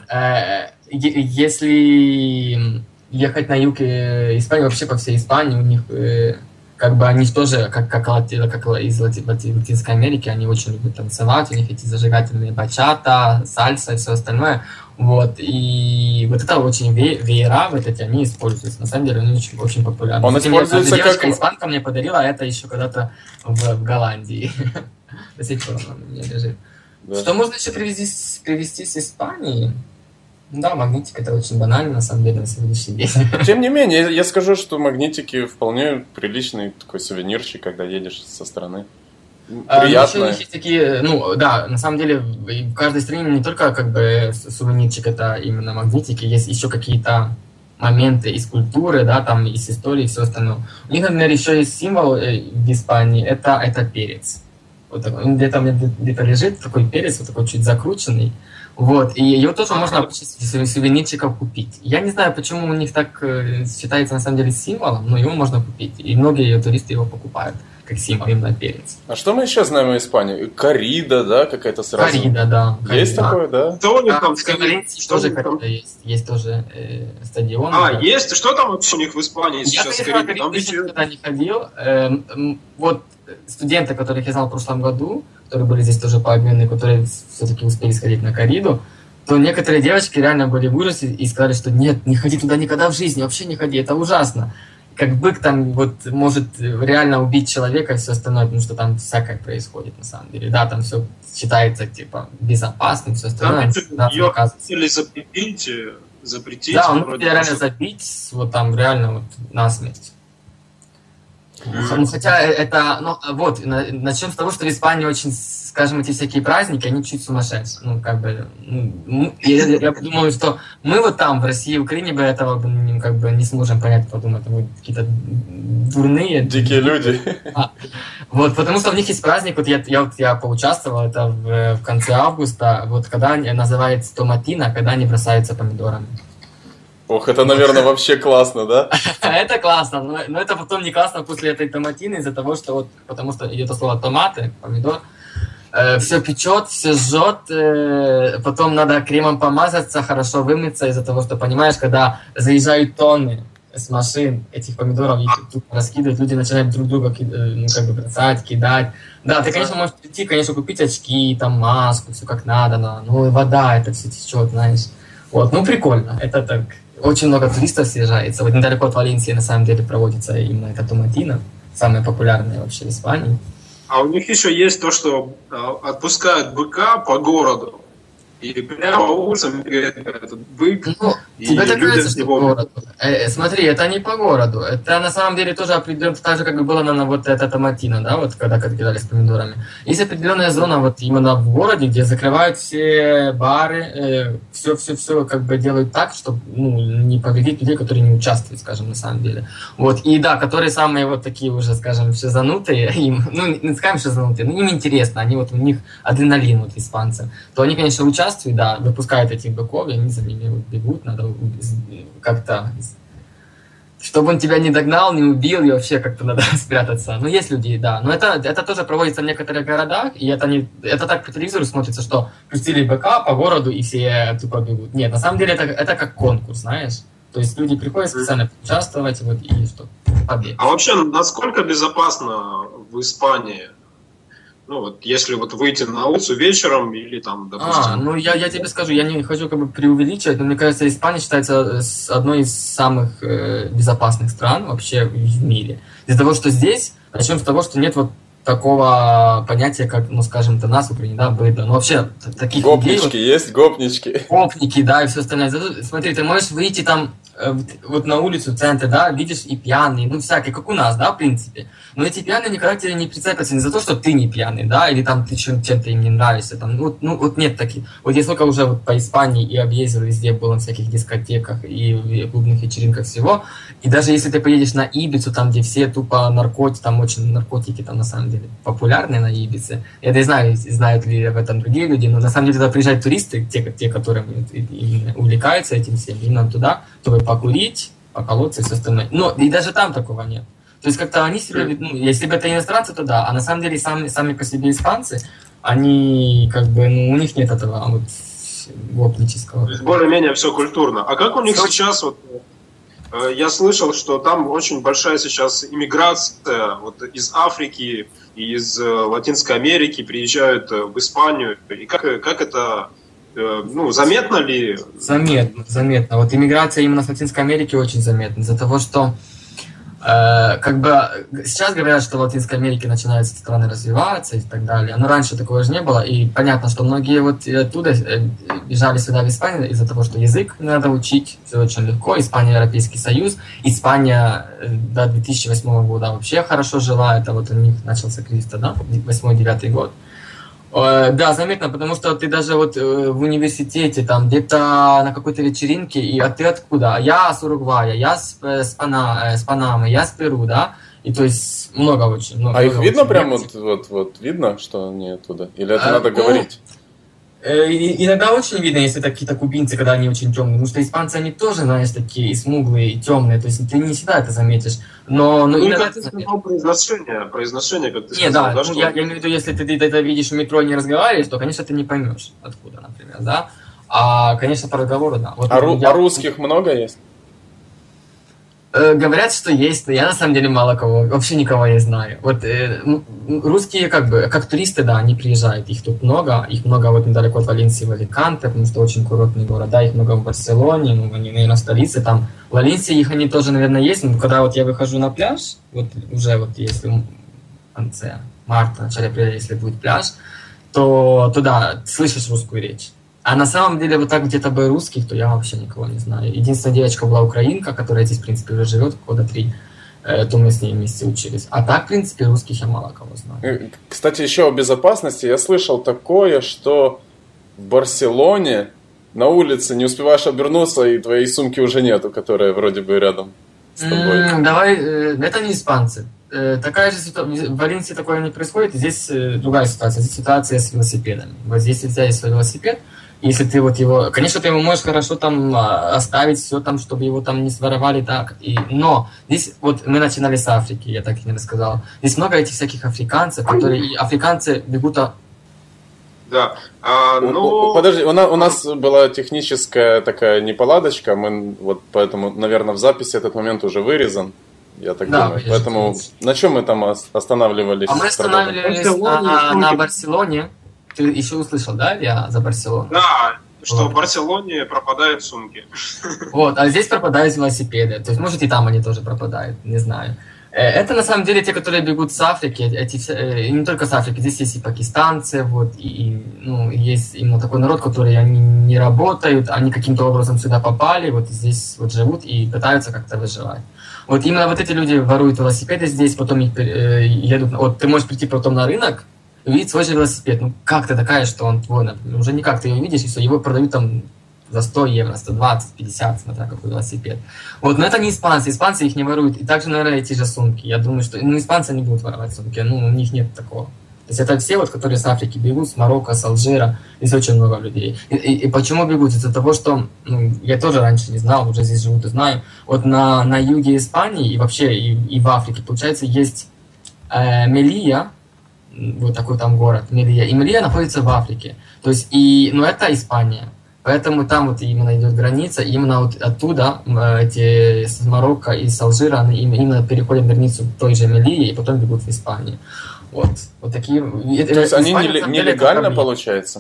если ехать на юг Испании, вообще по всей Испании, у них... Как бы они тоже, как, как, как из Латинской Америки, они очень любят танцевать, у них эти зажигательные бачата, сальса и все остальное. Вот, и вот это очень ве- веера, вот эти они используются. На самом деле они очень, очень популярны. Он используется девочка как... испанка мне подарила, а это еще когда-то в, в Голландии. До сих пор она у меня лежит. Да. Что можно еще привезти, привезти с Испании? Да, магнитик это очень банально, на самом деле, на сегодняшний день. Тем не менее, я скажу, что магнитики вполне приличный такой сувенирчик, когда едешь со стороны. Приятно. А, есть такие, ну, да, на самом деле, в каждой стране не только как бы сувенирчик, это именно магнитики, есть еще какие-то моменты из культуры, да, там, из истории и все остальное. У них, например, еще есть символ в Испании, это, это перец. Вот такой, где-то у меня где-то лежит такой перец, вот такой чуть закрученный. Вот, и ее тоже можно сувенирчиков купить. Я не знаю, почему у них так считается на самом деле символом, но его можно купить. И многие туристы его покупают как символ, именно перец. А что мы еще знаем о Испании? Коррида, да, какая-то сразу? Коррида, да. Есть коррида. Такое, да? Что у них там? В Валенсии тоже коррида есть. Есть тоже э, стадион. А, да. есть? Что там вообще у них в Испании я, сейчас? Я, конечно, там еще никогда не ходил. Э, вот студенты, которых я знал в прошлом году, которые были здесь тоже по обмену, которые все-таки успели сходить на корриду, то некоторые девочки реально были в ужасе и сказали, что нет, не ходи туда никогда в жизни, вообще не ходи, это ужасно. Как бык там вот может реально убить человека и все остальное, потому что там всякое происходит на самом деле. Да, там все считается типа безопасным, все остальное. Там ее хотели запретить, запретить. Да, он хотел реально забить, вот там реально вот насмерть. Ну, хотя это, ну, вот, начнем с того, что в Испании очень, скажем, эти всякие праздники, они чуть сумасшедшие. Ну, как бы, ну, я, я думаю, что мы вот там, в России, в Украине, бы этого как бы не сможем понять, подумать, это какие-то дурные... Дикие люди. А, вот, потому что у них есть праздник, вот я, я, вот, я поучаствовал, это в, в конце августа, вот, когда называется томатина, когда они бросаются помидорами. Ох, это, наверное, вообще классно, да? Это классно, но, но это потом не классно после этой томатины из-за того, что вот, потому что идет слово томаты, помидор, э, все печет, все жжет, э, потом надо кремом помазаться, хорошо вымыться из-за того, что, понимаешь, когда заезжают тонны с машин этих помидоров их тупо раскидывают, люди начинают друг друга ну, как бы бросать, кидать. Да, ты, конечно, можешь прийти, конечно, купить очки, там, маску, все как надо, но ну, и вода, это все течет, знаешь. Вот, ну, прикольно, это так. Очень много туристов съезжается. Вот недалеко от Валенсии, на самом деле, проводится именно эта Томатина, самая популярная вообще в Испании. А у них еще есть то, что отпускают быка по городу. И прямо улицам бегает этот бык. Ну, и тебе так кажется, что его... по городу. Э, смотри, это не по городу. Это на самом деле тоже определенно так же, как и было на, на вот эта Томатина, да, вот когда кидали с помидорами. Есть определенная зона вот именно в городе, где закрывают все бары, э, все-все-все как бы делают так, чтобы ну, не повредить людей, которые не участвуют, скажем, на самом деле. Вот, и да, которые самые вот такие уже, скажем, шизанутые, им, ну, не скажем шизанутые, но им интересно, они вот, у них адреналин, вот, испанцев, то они, конечно, участвуют, да, выпускают этих быков, и они за ними вот бегут, надо как-то, чтобы он тебя не догнал, не убил, и вообще как-то надо спрятаться. Ну, есть люди, да, но это, это тоже проводится в некоторых городах, и это, не, это так по телевизору смотрится, что пустили быка по городу, и все тупо бегут. Нет, на самом деле это, это как конкурс, знаешь, то есть люди приходят специально участвовать, вот, и что, побег. А вообще, насколько безопасно в Испании? Ну вот, если вот выйти на улицу вечером или там, допустим... А, ну я, я тебе скажу, я не хочу как бы преувеличивать, но мне кажется, Испания считается одной из самых э, безопасных стран вообще в мире. Из-за того, что здесь, начнем с того, что нет вот такого понятия, как, ну скажем, то нас в Украине, да, быдла. Ну вообще, таких гопнички людей... есть, гопнички. Гопники, да, и все остальное. Смотри, ты можешь выйти там вот на улицу, в центр, да, видишь и пьяные, ну, всякие, как у нас, да, в принципе. Но эти пьяные никогда тебе не прицепятся не за то, что ты не пьяный, да, или там ты чем- чем-то им не нравишься, там, ну, ну, вот нет таких. Вот я сколько уже вот по Испании и объездил, везде был на всяких дискотеках и в клубных вечеринках всего, и даже если ты поедешь на Ибицу, там, где все тупо наркотики, там очень наркотики там на самом деле популярны на Ибице, я не знаю, знают ли об этом другие люди, но на самом деле туда приезжают туристы, те, те которые увлекаются этим всем, именно туда, чтобы покурить, поколоться и все остальное. Но и даже там такого нет. То есть как-то они себя, ну, если бы это иностранцы, то да, а на самом деле сами, сами по себе испанцы, они как бы, ну, у них нет этого вот гопнического. То есть более-менее все культурно. А как у них все сейчас, вот, э, я слышал, что там очень большая сейчас иммиграция вот, из Африки и из э, Латинской Америки приезжают э, в Испанию. И как, как это... Ну, заметно ли? Заметно, заметно. Вот иммиграция именно с Латинской Америки очень заметна. Из-за того, что э, как бы сейчас говорят, что в Латинской Америке начинают страны развиваться и так далее. Но раньше такого же не было. И понятно, что многие вот оттуда бежали сюда в Испанию из-за того, что язык надо учить. Все очень легко. Испания, Европейский Союз. Испания до две тысячи восьмого года вообще хорошо жила. Это вот у них начался кризис тогда, восьмой-девятый год. Да, заметно, потому что ты даже вот в университете, там где-то на какой-то вечеринке, и а ты откуда? Я с Уругвая, я с, с, Пана, с Панамы, я с Перу, да? И то есть много очень. Много, а их много видно очень прям вот, вот, вот, видно, что они оттуда? Или это а, надо ну, говорить? И, иногда очень видно, если это какие-то кубинцы, когда они очень темные, потому что испанцы, они тоже, знаешь, такие и смуглые, и темные, то есть ты не всегда это заметишь. Но, но ну, иногда... как ты сказал, произношение, произношение, как ты не, сказал, да, да, ну, что... я, я имею в виду, если ты, ты это видишь в метро и не разговариваешь, то, конечно, ты не поймешь, откуда, например, да. А, конечно, по разговору, да. Вот, а, ру- я... а русских много есть? Говорят, что есть, но я на самом деле мало кого, вообще никого не знаю. Вот э, русские как бы, как туристы, да, они приезжают, их тут много, их много вот недалеко от Валенсии в Аликанте, потому что очень курортный город, да, их много в Барселоне, ну, они, наверное, в столице, там, в Валенсии их они тоже, наверное, есть, но когда вот я выхожу на пляж, вот уже вот если в конце марта, начале апреля, если будет пляж, то, то да, слышишь русскую речь. А на самом деле, вот так где-то бы русских, то я вообще никого не знаю. Единственная девочка была украинка, которая здесь, в принципе, уже живет года три, то мы с ней вместе учились. А так, в принципе, русских я мало кого знаю. Кстати, еще о безопасности. Я слышал такое, что в Барселоне на улице не успеваешь обернуться, и твоей сумки уже нету, которая вроде бы рядом с тобой. Mm, давай, это не испанцы. Такая же ситуация, в Валенсии такое не происходит, здесь другая ситуация. Здесь ситуация с велосипедами. Вот здесь, если взять свой велосипед, если ты вот его... Конечно, ты его можешь хорошо там оставить, все там, чтобы его там не своровали, так. И, но здесь вот мы начинали с Африки, я так и не рассказал. Здесь много этих всяких африканцев, которые... И африканцы бегут... Да. А, ну... Подожди, у нас, у нас была техническая такая неполадочка, мы вот поэтому, наверное, в записи этот момент уже вырезан, я так да, думаю. Поэтому вижу. На чем мы там останавливались? А мы останавливались на, на Барселоне. Ты еще услышал, да, я за Барселону? Да, что вот. В Барселоне пропадают сумки. Вот, а здесь пропадают велосипеды. То есть, может, и там они тоже пропадают, не знаю. Это на самом деле те, которые бегут с Африки, эти все, и не только с Африки, здесь есть и пакистанцы, вот, и, ну, есть именно такой народ, который они не работают, они каким-то образом сюда попали, вот здесь вот живут и пытаются как-то выживать. Вот именно вот эти люди воруют велосипеды здесь, потом их э, едут, вот ты можешь прийти потом на рынок, увидеть свой же велосипед, ну как ты такая, что он твой, например, уже никак ты его видишь, и все, его продают там за сто евро, сто двадцать, пятьдесят, смотря какой велосипед. Вот, но это не испанцы, испанцы их не воруют. И также, наверное, эти же сумки. Я думаю, что ну, испанцы не будут воровать сумки, ну, у них нет такого. То есть это все, вот, которые с Африки бегут, с Марокко, с Алжира, здесь очень много людей. И, и, и почему бегут? Из-за того, что, ну, я тоже раньше не знал, уже здесь живу и знаю, вот на, на юге Испании и вообще и, и в Африке, получается, есть э, Мелия, вот такой там город, Мелия, и Мелия находится в Африке. То есть, и, ну, это Испания. Поэтому там вот именно идет граница, именно вот оттуда эти с Марокко и с Алжира они именно переходят границу той же Мелии и потом бегут в Испанию. Вот, вот такие. То есть они нелегально, получается?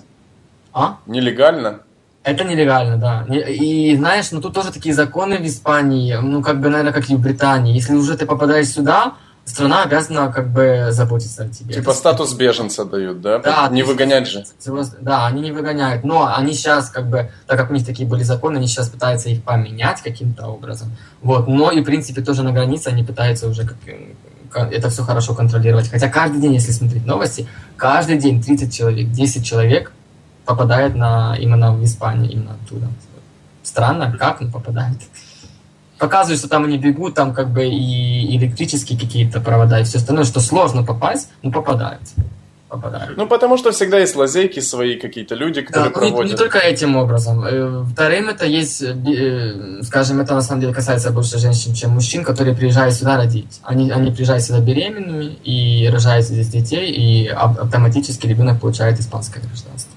А? Нелегально? Это нелегально, да. И знаешь, ну тут тоже такие законы в Испании, ну как бы, наверное, как и в Британии. Если уже ты попадаешь сюда, страна обязана как бы заботиться о тебе. Типа статус беженца дают, да? Да. Не выгонять же. Да, они не выгоняют. Но они сейчас как бы, так как у них такие были законы, они сейчас пытаются их поменять каким-то образом. Вот. Но и в принципе тоже на границе они пытаются уже как, это все хорошо контролировать. Хотя каждый день, если смотреть новости, каждый день тридцать человек, десять человек попадает на, именно в Испанию, именно оттуда. Странно, как, но попадает. Показывают, что там они бегут, там как бы и электрические какие-то провода, и все остальное, что сложно попасть, но попадают. попадают. Ну, потому что всегда есть лазейки свои, какие-то люди, которые да, проводят. Не, не только этим образом. Вторым это есть, скажем, это на самом деле касается больше женщин, чем мужчин, которые приезжают сюда родить. Они, они приезжают сюда беременными и рожают здесь детей, и автоматически ребенок получает испанское гражданство.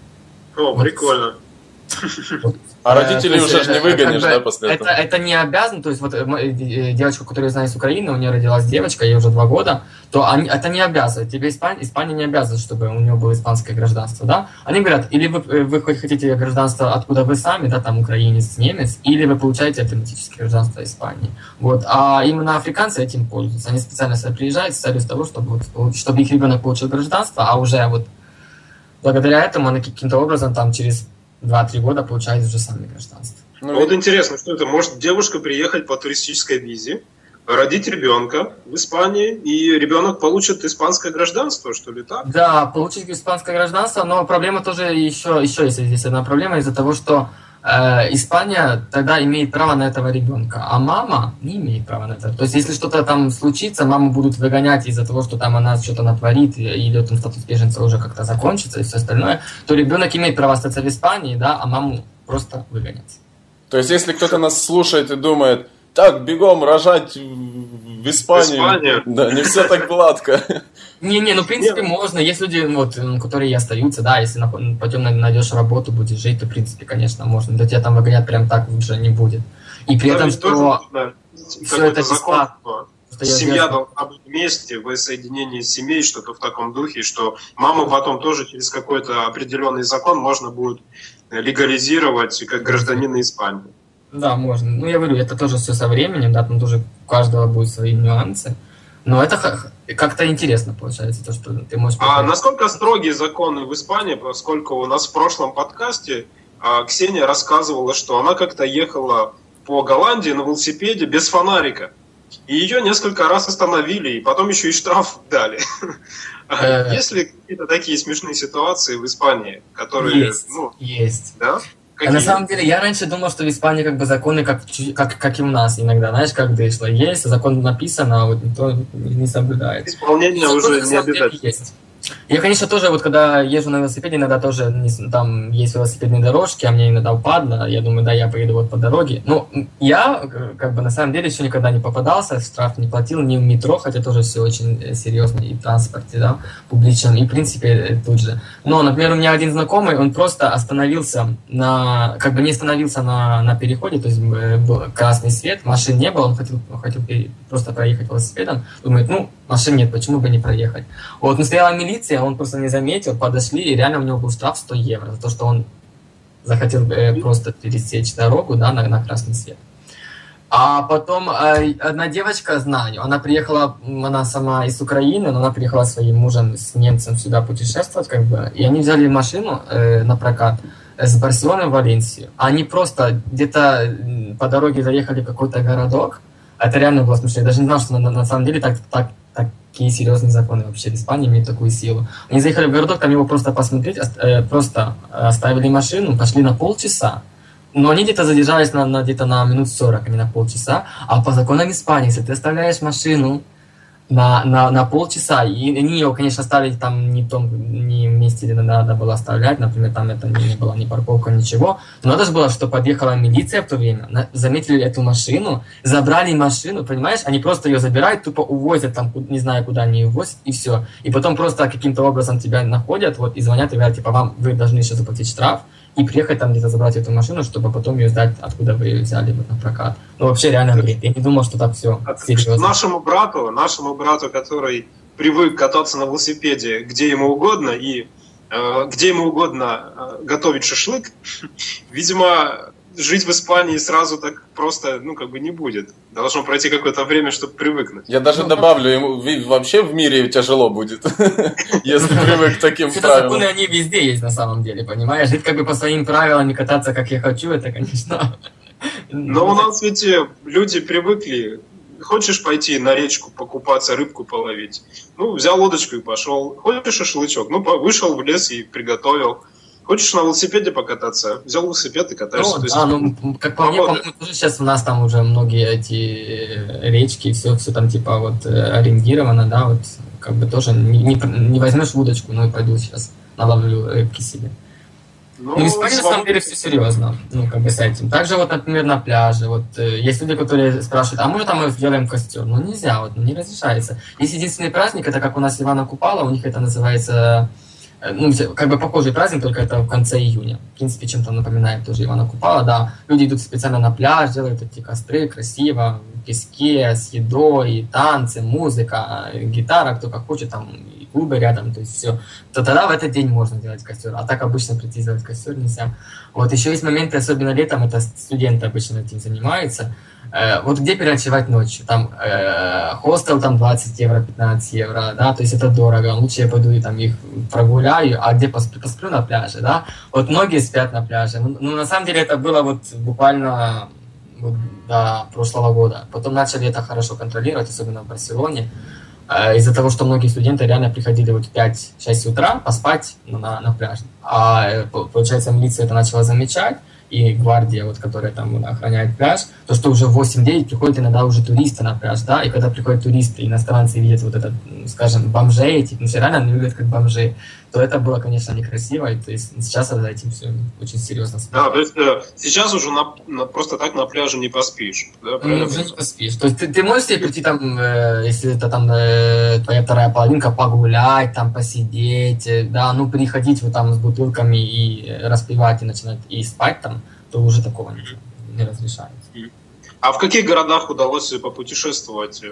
О, вот. Прикольно. Вот. А родителей уже это, не выгонишь, как бы, да, после это, этого? Это не обязан, то есть вот девочку, которую я знаю с Украины, у нее родилась девочка, ей уже два года, то они, это не обязывает. Тебе Испания, Испания не обязывает, чтобы у нее было испанское гражданство, да? Они говорят, или вы, вы хотите гражданство, откуда вы сами, да, там украинец, немец, или вы получаете автоматическое гражданство Испании. Вот. А именно африканцы этим пользуются. Они специально сюда приезжают с целью того, чтобы, вот, чтобы их ребенок получил гражданство, а уже вот благодаря этому они каким-то образом там через два-три года получают уже сами гражданство. Ну, вот интересно, что это? Может девушка приехать по туристической визе, родить ребенка в Испании, и ребенок получит испанское гражданство, что ли, так? Да, получить испанское гражданство, но проблема тоже еще, еще есть здесь одна проблема из-за того, что э, Испания тогда имеет право на этого ребенка, а мама не имеет права на это. То есть, если что-то там случится, маму будут выгонять из-за того, что там она что-то натворит, или там статус беженца уже как-то закончится и все остальное, то ребенок имеет право остаться в Испании, да, а маму просто выгонят. То есть, если кто-то нас слушает и думает, так, бегом рожать в Испанию. Испания. Да, не все так гладко. Не-не, ну в принципе можно. Есть люди, вот, которые и остаются, да, если потом найдешь работу, будешь жить, то в принципе, конечно, можно. Да тебя там выгонять прям так уже не будет. И при этом, что все это бесплатно. Семья должна быть вместе, в соединении семей, что-то в таком духе, что маму потом тоже через какой-то определенный закон можно будет легализировать как гражданина Испании. Да, можно. Ну, я говорю, это тоже все со временем, да, там тоже у каждого будут свои нюансы. Но это как-то интересно получается, то, что ты можешь... А насколько строгие законы в Испании, поскольку у нас в прошлом подкасте Ксения рассказывала, что она как-то ехала по Голландии на велосипеде без фонарика. И ее несколько раз остановили, и потом еще и штраф дали. Есть ли какие-то такие смешные ситуации в Испании, которые... Есть, ну, есть. Да? А на самом деле, я раньше думал, что в Испании как бы законы, как, как, как и у нас иногда, знаешь, как вышло. Есть, закон написан, а вот никто не соблюдает. Исполнение закон, уже не обязательно. Есть. Я, конечно, тоже, вот когда езжу на велосипеде, иногда тоже там есть велосипедные дорожки, а мне иногда упадло, я думаю, да, я поеду вот по дороге. Ну, я, как бы, на самом деле, еще никогда не попадался, штраф не платил, ни в метро, хотя тоже все очень серьезно, и в транспорте, да, публичном, и, в принципе, тут же. Но, например, у меня один знакомый, он просто остановился на, как бы не остановился на, на переходе, то есть был красный свет, машин не было, он хотел, хотел просто проехать велосипедом, думает, ну, машин нет, почему бы не проехать. Вот, но стояла милиция, он просто не заметил, подошли, и реально у него был штраф сто евро за то, что он захотел э, просто пересечь дорогу, да, на, на красный свет. А потом э, одна девочка, знаю, она приехала, она сама из Украины, но она приехала своим мужем, с немцем сюда путешествовать, как бы, и они взяли машину э, на прокат с Барселоны в Валенсию. Они просто где-то по дороге заехали в какой-то городок. Это реально было смешно. Я даже не знал, что на, на самом деле так, так, такие серьезные законы вообще в Испании имеют такую силу. Они заехали в городок, там его просто посмотреть, э, просто оставили машину, пошли на полчаса. Но они где-то задержались на, на, где-то на минут сорок, а не на полчаса. А по законам Испании, если ты оставляешь машину на, на, на полчаса, и они ее, конечно, ставили там не в том не месте, где надо было оставлять, например, там это не было ни парковка, ничего, но надо же было, что подъехала милиция в то время, на, заметили эту машину, забрали машину, понимаешь, они просто ее забирают, тупо увозят там, не знаю, куда они ее увозят, и все, и потом просто каким-то образом тебя находят, вот, и звонят, и говорят, типа, вам, вы должны еще заплатить штраф, и приехать там где-то забрать эту машину, чтобы потом ее сдать, откуда вы ее взяли вот, на прокат. Ну, вообще реально бред. Я не думал, что так все серьезно. Нашему брату, нашему брату, который привык кататься на велосипеде где ему угодно и э, где ему угодно э, готовить шашлык, видимо, жить в Испании сразу так просто, ну, как бы не будет. Должно пройти какое-то время, чтобы привыкнуть. Я даже добавлю, ему вообще в мире тяжело будет, если привык к таким правилам. Законы, они везде есть на самом деле, понимаешь? Жить как бы по своим правилам и кататься, как я хочу, это, конечно... Но у нас ведь люди привыкли. Хочешь пойти на речку покупаться, рыбку половить? Ну, взял лодочку и пошел. Хочешь шашлычок? Ну, вышел в лес и приготовил. Хочешь на велосипеде покататься? Взял велосипед и катаешься. Ну, да, ну, как по мне, по-моему, тоже сейчас у нас там уже многие эти речки, все, все там типа вот ориентировано, да, вот как бы тоже не, не, не возьмешь удочку, ну и пойду сейчас наловлю рыбки себе. Ну, ну в Испании на самом деле все серьезно, ну, как бы с этим. Также вот, например, на пляже, вот есть люди, которые спрашивают, а может там мы сделаем костер? Ну, нельзя, вот, ну, не разрешается. Есть единственный праздник, это как у нас Ивана Купала, у них это называется... Ну, как бы похожий праздник, только это в конце июня. В принципе, чем-то напоминает тоже Ивана Купала, да. Люди идут специально на пляж, делают эти костры красиво, в песке, с едой, танцы, музыка, гитара, кто как хочет, там, и клубы рядом, то есть все. То тогда в этот день можно делать костер, а так обычно прийти сделать костер нельзя. Вот еще есть моменты, особенно летом, это студенты обычно этим занимаются. Вот где переночевать ночью? Там э, хостел там двадцать евро, пятнадцать евро, да, то есть это дорого. Лучше я пойду и там их прогуляю, а где посплю, посплю на пляже, да. Вот многие спят на пляже. Ну, ну на самом деле это было вот буквально вот, до прошлого года. Потом начали это хорошо контролировать, особенно в Барселоне. Э, из-за того, что многие студенты реально приходили вот в пять-шесть утра поспать на, на пляже. А получается, милиция это начала замечать. И гвардия, вот, которая там охраняет пляж, то, что уже в восемь-девять приходят иногда уже туристы на пляж, да, и когда приходят туристы, иностранцы видят вот этот, скажем, бомжей, типа, ну, все реально они выглядят как бомжи, то это было, конечно, некрасиво, и то есть сейчас за этим все очень серьезно смотрят. Да, то есть э, сейчас уже на, на, просто так на пляже не поспишь, да, ну, уже не поспишь, то есть ты, ты можешь себе прийти там, э, если это там э, твоя вторая половинка, погулять, там, посидеть, э, да, ну, приходить вот там с бутылками и распивать, и начинать, и спать там, то уже такого не, не разрешается. А в каких городах удалось попутешествовать?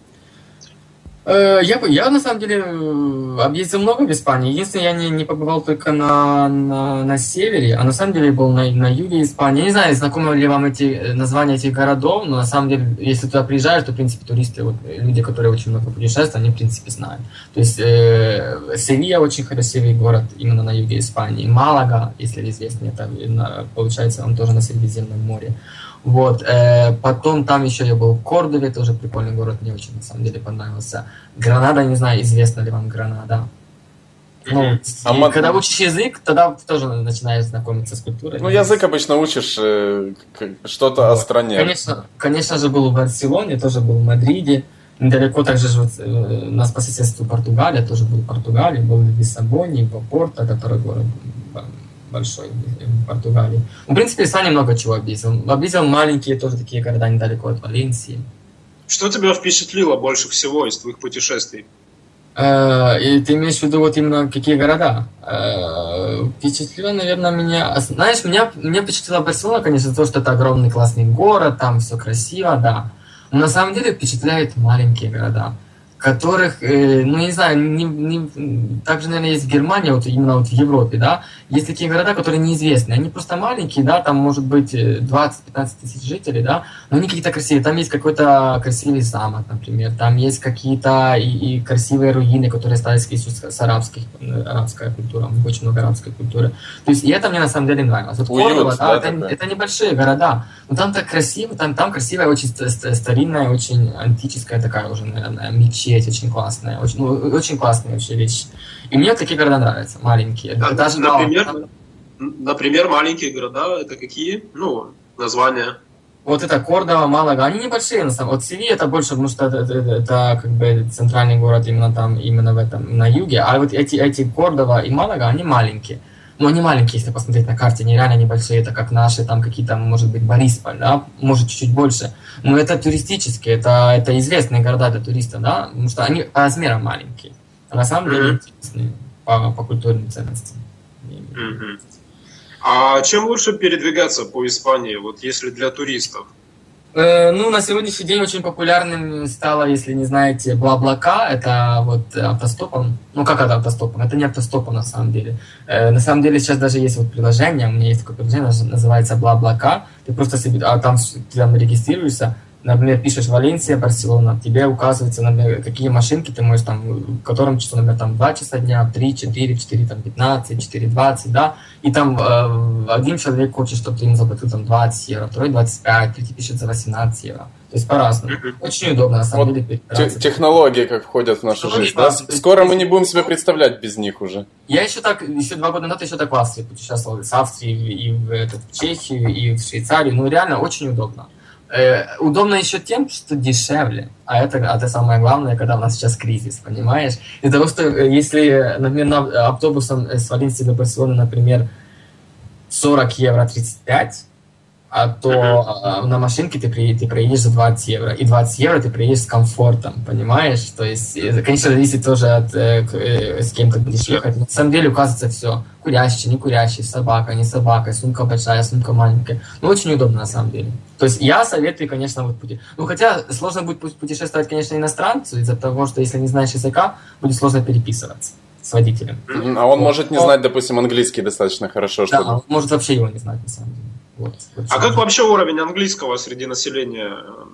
Я, я на самом деле объездил много в Испании. Единственное, я не, не побывал только на, на, на севере, а на самом деле был на, на юге Испании. Я не знаю, знакомы ли вам эти названия этих городов, но на самом деле, если туда приезжаешь, то, в принципе, туристы, вот, люди, которые очень много путешествуют, они, в принципе, знают. То есть э, Севилья очень красивый город именно на юге Испании. Малага, если известно, это получается, он тоже на Средиземном море. Вот, э, потом там еще я был в Кордове, тоже прикольный город, мне очень на самом деле понравился. Гранада, не знаю, известно ли вам Гранада. Ну, а когда мат... учишь язык, тогда тоже начинаешь знакомиться с культурой. Ну, язык обычно учишь э, что-то вот. О стране. Конечно, конечно же, был в Барселоне, тоже был в Мадриде. Недалеко также вот, у нас по соседству Португалия, тоже был в Португалии, был в Лиссабоне, в Порто, который город большой в Португалии. В принципе, Испания много чего объездил. Объездил маленькие тоже такие города недалеко от Валенсии. Что тебя впечатлило больше всего из твоих путешествий? И ты имеешь в виду вот именно какие города? Впечатлило, наверное, меня... Знаешь, меня, меня впечатлила Барселона, конечно, то, что это огромный классный город, там все красиво, да. Но на самом деле впечатляют маленькие города, которых, ну не знаю, не, не, также, наверное, есть в Германии, вот именно вот в Европе, да, есть такие города, которые неизвестны, они просто маленькие, да, там может быть двадцать-пятнадцать тысяч жителей, да, но они какие-то красивые, там есть какой-то красивый замок, например, там есть какие-то и, и красивые руины, которые остались еще с, с арабских, арабская культура, очень много арабской культуры, то есть и это мне на самом деле нравилось. Вот Уют, Кордова, да, да, это, это небольшие города, но там так красиво, там, там красивая, очень старинная, очень антическая такая уже, наверное, мечеть, очень классная, очень, ну, очень классная вообще вещь. И мне такие города нравятся, маленькие. А, Даже, например, да, например, маленькие города, это какие? Ну, названия. Вот это Кордова, Малага, они небольшие на самом деле. Вот Севилья это больше, потому что это, это, это как бы центральный город именно там, именно в этом, на юге. А вот эти, эти Кордова и Малага, они маленькие. Ну, они маленькие, если посмотреть на карте, они реально небольшие, это как наши, там какие-то, может быть, Борисполь, да, может, чуть-чуть больше. Но это туристические, это, это известные города для туристов, да, потому что они по размерам маленькие. А на самом деле Mm-hmm. интересные по, по культурным ценностям. Mm-hmm. А чем лучше передвигаться по Испании, вот если для туристов? Ну, на сегодняшний день очень популярным стало, если не знаете, Бла-Блака, это вот автостопом. Ну, как это автостопом? Это не автостопом на самом деле. На самом деле сейчас даже есть вот приложение, у меня есть такое приложение, называется Бла-Блака. Ты просто себе, а там, ты там регистрируешься, например, пишешь Валенсия, Барселона, тебе указывается, например, какие машинки ты можешь там, в котором часу, например, там два часа дня, три, четыре, четыре, там пятнадцать, четыре, двадцать, да, и там э, один человек хочет, чтобы ты ему заплатил там двадцать евро, второй двадцать пять, третий пишет за восемнадцать евро. То есть по-разному. Очень удобно, на самом вот деле. Технологии как входят в нашу жизнь. Да? Скоро мы не будем себя представлять без них уже. Я еще так, еще два года назад еще так в Австрии путешествовал, с Австрии и в, этот, в Чехию, и в Швейцарию. Ну, реально очень удобно. Э, удобно еще тем, что дешевле. А это, это самое главное, когда у нас сейчас кризис, понимаешь? Из-за того, что если, например, автобусом с Валенсии до Барселоны, например, сорок евро тридцать пять, а то uh-huh. на машинке ты, при, ты проедешь за двадцать евро. И двадцать евро ты проедешь с комфортом, понимаешь? То есть, конечно, зависит тоже от э, э, с кем ты будешь ехать. Но на самом деле указывается все. Курящий, не курящий, собака, не собака, сумка большая, сумка маленькая. Ну, очень удобно на самом деле. То есть я советую, конечно, вот пути. Ну, хотя сложно будет путешествовать, конечно, иностранцу, из-за того, что если не знаешь языка, будет сложно переписываться с водителем. А он может не знать, допустим, английский достаточно хорошо, чтобы... Да, он может вообще его не знать, на самом деле. Вот, вот а как вообще уровень английского среди населения?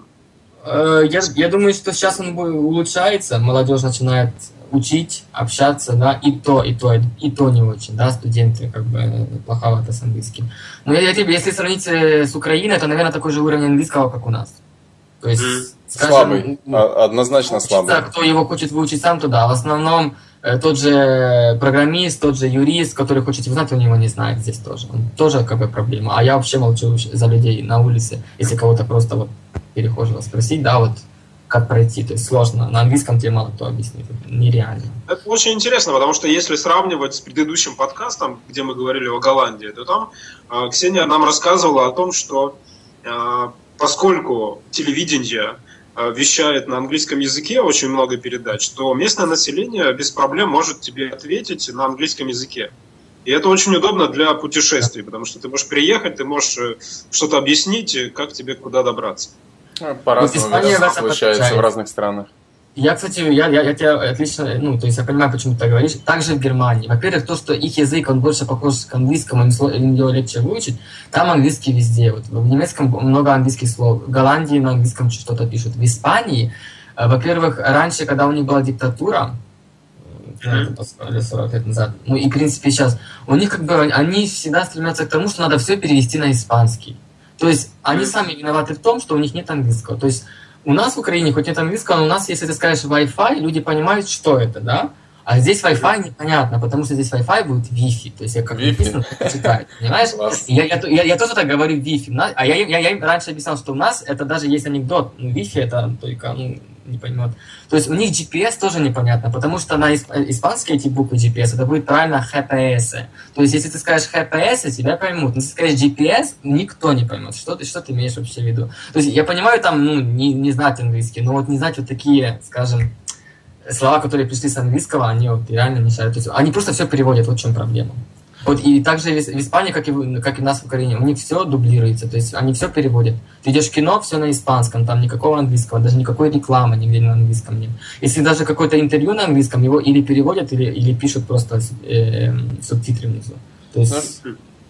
Я, я думаю, что сейчас он улучшается, молодежь начинает учить, общаться, да, и то, и то, и то не очень, да, студенты как бы плоховато с английским. Но я, я, если сравнить с Украиной, то, наверное, такой же уровень английского, как у нас. То есть, mm. скажем, слабый, однозначно слабый. Кто его хочет выучить сам, то да, в основном тот же программист, тот же юрист, который хочет его знать, он его не знает здесь тоже. Он тоже как бы проблема. А я вообще молчу за людей на улице, если кого-то просто вот перехожего спросить, да, вот как пройти, то есть сложно. На английском тебе мало кто объяснит, это нереально. Это очень интересно, потому что если сравнивать с предыдущим подкастом, где мы говорили о Голландии, то там э, Ксения нам рассказывала о том, что э, поскольку телевидение вещает на английском языке очень много передач, то местное население без проблем может тебе ответить на английском языке. И это очень удобно для путешествий, потому что ты можешь приехать, ты можешь что-то объяснить, как тебе куда добраться. По-разному вот получается в разных странах. Я, кстати, я, я, я тебя отлично, ну, то есть я понимаю, почему ты так говоришь. Также в Германии. Во-первых, то, что их язык, он больше похож к английскому, им его легче выучить. Там английский везде. Вот в немецком много английских слов. В Голландии на английском что-то пишут. В Испании, во-первых, раньше, когда у них была диктатура, сорок лет назад, ну и, в принципе, сейчас, у них как бы, они всегда стремятся к тому, что надо все перевести на испанский. То есть они сами виноваты в том, что у них нет английского. То есть у нас в Украине хоть нет английского, но у нас, если ты скажешь Wi-Fi, люди понимают, что это, да? А здесь Wi-Fi непонятно, потому что здесь Wi-Fi будет Wi-Fi. То есть я как написано, так читаю. Понимаешь? Я, я, я, я тоже так говорю Wi-Fi. А я, я, я им раньше объяснял, что у нас это даже есть анекдот. Ну, Wi-Fi это только, ну, не поймет. То есть у них джи пи эс тоже непонятно, потому что на исп- испанские эти буквы джи пи эс это будет правильно эйч пи эс. То есть если ты скажешь эйч пи эс, тебя поймут. Но если ты скажешь джи пи эс, никто не поймет, что ты, что ты имеешь вообще в виду. То есть я понимаю там, ну, не, не знать английский, но вот не знать вот такие, скажем, слова, которые пришли с английского, они вот реально мешают. То есть они просто все переводят, вот в чем проблема. Вот и также в Испании, как и, в, как и у нас в Украине, у них все дублируется, то есть они все переводят. Ты идешь в кино, все на испанском, там никакого английского, даже никакой рекламы нигде на английском нет. Если даже какое-то интервью на английском, его или переводят, или, или пишут просто э, субтитры внизу. То есть...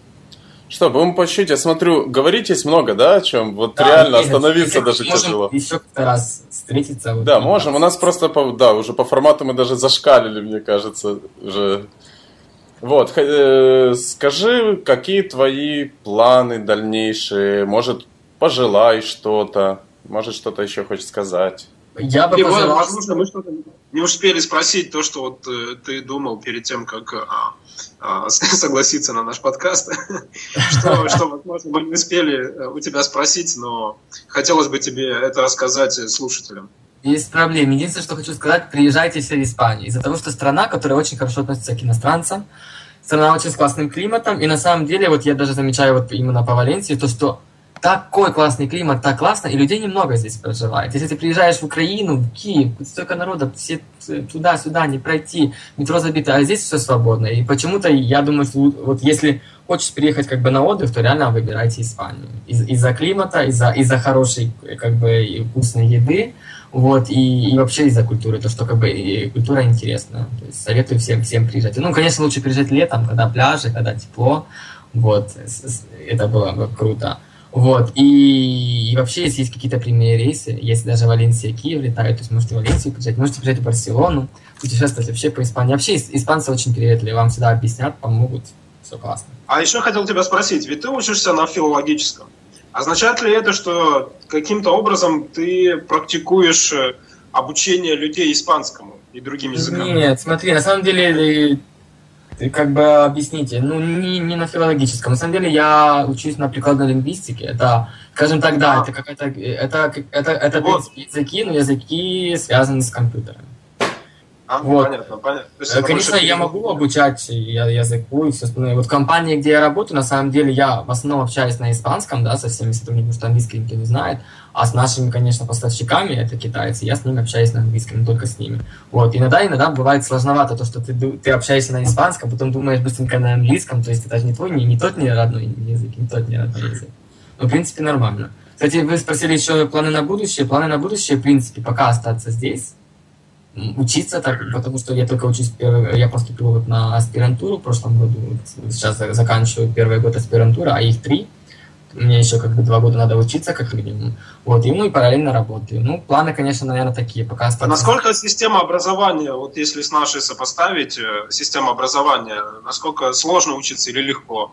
Что, будем по чуть, я смотрю, говорить есть много, да, о чем? Вот да, реально остановиться нет, даже тяжело. Можем еще как-то раз встретиться. Вот, да, можем. Раз. У нас просто, по, да, уже по формату мы даже зашкалили, мне кажется, уже. Вот, э, скажи, какие твои планы дальнейшие? Может, пожелай что-то, может, что-то еще хочешь сказать? Я бы пожелал... Возможно, мы что-то не успели спросить то, что вот э, ты думал перед тем, как а, а, согласиться на наш подкаст. что, что, возможно, мы не успели у тебя спросить, но хотелось бы тебе это рассказать слушателям. Есть проблема. Единственное, что хочу сказать, приезжайте все в Испанию. Из-за того, что страна, которая очень хорошо относится к иностранцам, страна очень с классным климатом, и на самом деле, вот я даже замечаю вот именно по Валенсии, то, что такой классный климат, так классно, и людей немного здесь проживает. Если ты приезжаешь в Украину, в Киев, столько народа, все туда-сюда не пройти, метро забито, а здесь все свободно. И почему-то я думаю, что вот если хочешь приехать как бы на отдых, то реально выбирайте Испанию. Из- из-за климата, из-за, из-за хорошей как бы вкусной еды, вот, и, и вообще из-за культуры, то, что как бы культура интересная. То есть советую всем, всем приезжать. Ну, конечно, лучше приезжать летом, когда пляжи, когда тепло, вот, это было бы круто. Вот, и, и вообще, если есть какие-то прямые рейсы, если даже Валенсия, Киев летают, то есть можете в Валенсию приезжать, можете приезжать в Барселону, путешествовать вообще по Испании. Вообще, испанцы очень приветливые, вам всегда объяснят, помогут, все классно. А еще хотел тебя спросить, ведь ты учишься на филологическом. Означает ли это, что каким-то образом ты практикуешь обучение людей испанскому и другим языкам? Нет, смотри, на самом деле... Как бы объясните, ну не, не на филологическом. На самом деле я учусь на прикладной лингвистике. Это, скажем так, да, это какая-то, это, это, это вот. Языки, но языки связаны с компьютером. А, вот. Понятно, понятно. Конечно, я могу обучать языку и все остальное. Вот в компании, где я работаю, на самом деле я в основном общаюсь на испанском, да, со всеми сотрудниками, потому что английский никто не знает. А с нашими, конечно, поставщиками, это китайцы, я с ними общаюсь на английском, не только с ними. Вот. Иногда, иногда бывает сложновато то, что ты, ты общаешься на испанском, потом думаешь быстренько на английском, то есть это же не твой, не, не тот не родной язык, не тот не родной язык. Но, в принципе, нормально. Кстати, вы спросили еще планы на будущее. Планы на будущее, в принципе, пока остаться здесь, учиться, так, потому что я только учусь, я поступил вот на аспирантуру в прошлом году, сейчас заканчиваю первый год аспирантуры, а их три. Мне еще как бы два года надо учиться, как минимум. Вот, и ну и параллельно работаю. Ну, планы, конечно, наверное, такие. Пока остаться... А насколько система образования, вот если с нашей сопоставить, система образования, насколько сложно учиться или легко?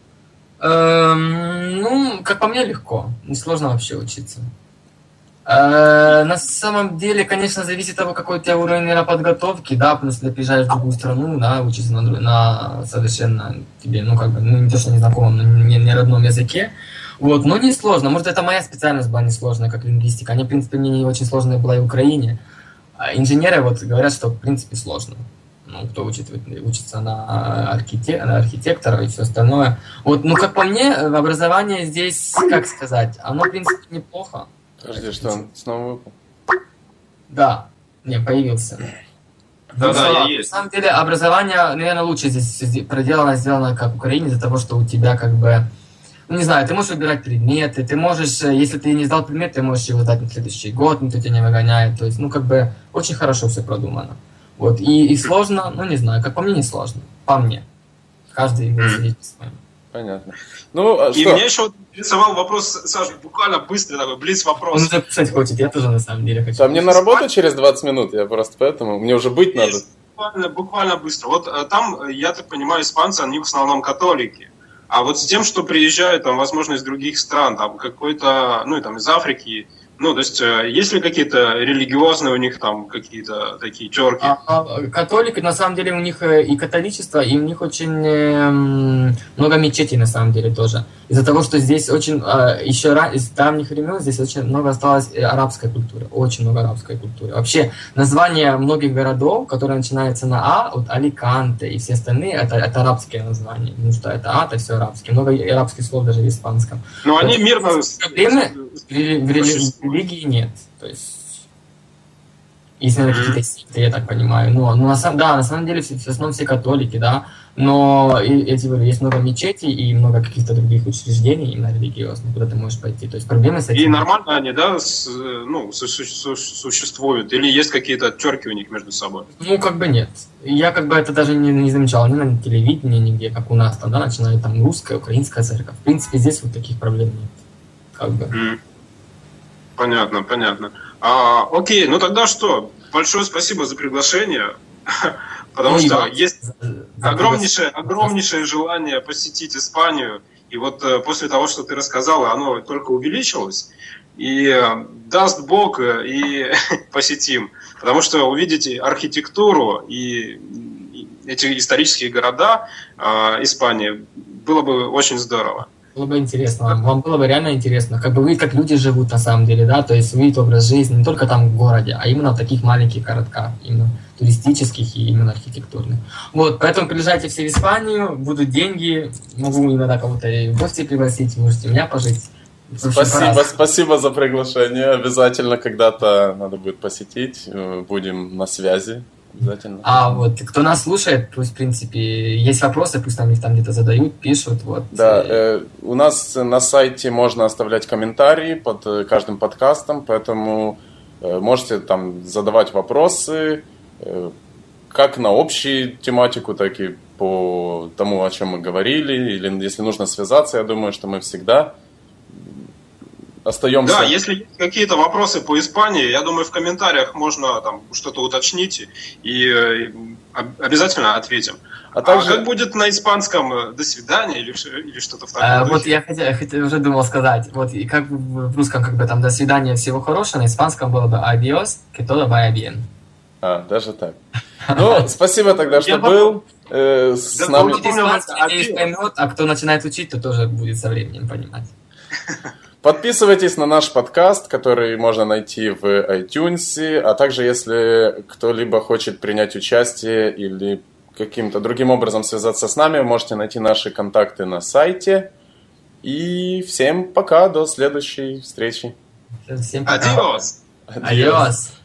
Эм, ну, как по мне, легко. Не сложно вообще учиться. Э, на самом деле, конечно, зависит от того, какой у тебя уровень подготовки, да, потому что ты приезжаешь в другую страну, да, учиться на, на совершенно тебе, ну, как бы, ну, не то, что незнакомом, но не, не родном языке. Вот, но не сложно. Может, это моя специальность была несложная, как лингвистика. Они, в принципе, мне не очень сложная была и в Украине. А инженеры вот говорят, что, в принципе, сложно. Ну, кто учит, учится на, архитек, на архитектора и все остальное. Вот, ну, как по мне, образование здесь, как сказать, оно, в принципе, неплохо. Подожди, что он снова выпал? Да, не, появился. Да, да, я есть. На самом деле, образование, наверное, лучше здесь проделано, сделано, как в Украине, из-за того, что у тебя, как бы, ну, не знаю, ты можешь выбирать предметы, ты можешь, если ты не сдал предмет, ты можешь его сдать на следующий год, никто тебя не выгоняет, то есть, ну, как бы, очень хорошо все продумано. Вот, и, и сложно, ну, не знаю, как по мне, не сложно, по мне. Каждый сидит по-своему. Понятно. Ну, а и что? меня еще интересовал вопрос, Саша, буквально быстрый такой, блиц-вопрос. Он записать хочет, я тоже на самом деле хочу. А мне на работу через двадцать минут, я просто поэтому, мне уже быть надо. Буквально, буквально быстро. Вот там, я так понимаю, испанцы, они в основном католики. А вот с тем, что приезжают, там, возможно, из других стран, там, какой-то, ну, там, из Африки, Ну, то есть, есть ли какие-то религиозные у них там какие-то такие терки? А, а, католики, на самом деле, у них и католичество, и у них очень э, много мечетей, на самом деле, тоже. Из-за того, что здесь очень, э, еще из давних времен, здесь очень много осталось арабской культуры, очень много арабской культуры. Вообще, названия многих городов, которые начинаются на А, вот Аликанте и все остальные, это, это арабские названия, потому что это А, это все арабские. Много арабских слов даже в испанском. Но они мирно... Проблемы в религии нет. То есть, есть, наверное, mm-hmm. какие-то секты, я так понимаю. Но, ну, на самом, да, на самом деле, в основном все католики, да. Но я тебе говорю, есть много мечетей и много каких-то других учреждений, именно религиозных, куда ты можешь пойти. То есть проблемы с этим... И нормально они, да, с, ну, су- су- существуют? Или есть какие-то терки у них между собой? Ну, как бы нет. Я как бы это даже не, не замечал ни на телевидении, нигде, как у нас там, да, начинает там русская, украинская церковь. В принципе, здесь вот таких проблем нет. Как бы. Mm. Понятно, понятно. А, окей, ну тогда что? Большое спасибо за приглашение, потому ну, что да. есть огромнейшее, огромнейшее желание посетить Испанию, и вот после того, что ты рассказала, оно только увеличилось, и даст Бог, и посетим, потому что увидите архитектуру и эти исторические города э, Испании было бы очень здорово. Было бы интересно, вам, вам было бы реально интересно, как бы вы, как люди живут на самом деле, да, то есть увидеть образ жизни не только там в городе, а именно в таких маленьких городках, именно туристических и именно архитектурных. Вот, поэтому приезжайте все в Испанию, будут деньги, могу иногда кого-то в гости пригласить, можете меня пожить. Спасибо, спасибо за приглашение, обязательно когда-то надо будет посетить, будем на связи. Обязательно. А вот кто нас слушает, пусть, в принципе, есть вопросы, пусть нам их там где-то задают, пишут. Вот. Да, э, у нас на сайте можно оставлять комментарии под каждым подкастом, поэтому э, можете там задавать вопросы, э, как на общую тематику, так и по тому, о чем мы говорили, или если нужно связаться, я думаю, что мы всегда остаемся. Да, если есть какие-то вопросы по Испании, я думаю, в комментариях можно там что-то уточнить и э, обязательно ответим. А, также... а как будет на испанском «до свидания» или, или что-то в таком а, духе? Вот я хотел, я хотел, уже думал сказать, вот и как в русском как бы там «до свидания, всего хорошего», на испанском было бы «adiós, que todo vaya bien». А, даже так. Ну, спасибо тогда, что был. С нами. Испанский поймет, а кто начинает учить, то тоже будет со временем понимать. Подписывайтесь на наш подкаст, который можно найти в iTunes, а также если кто-либо хочет принять участие или каким-то другим образом связаться с нами, можете найти наши контакты на сайте. И всем пока, до следующей встречи. Всем пока. Адиос. Адиос.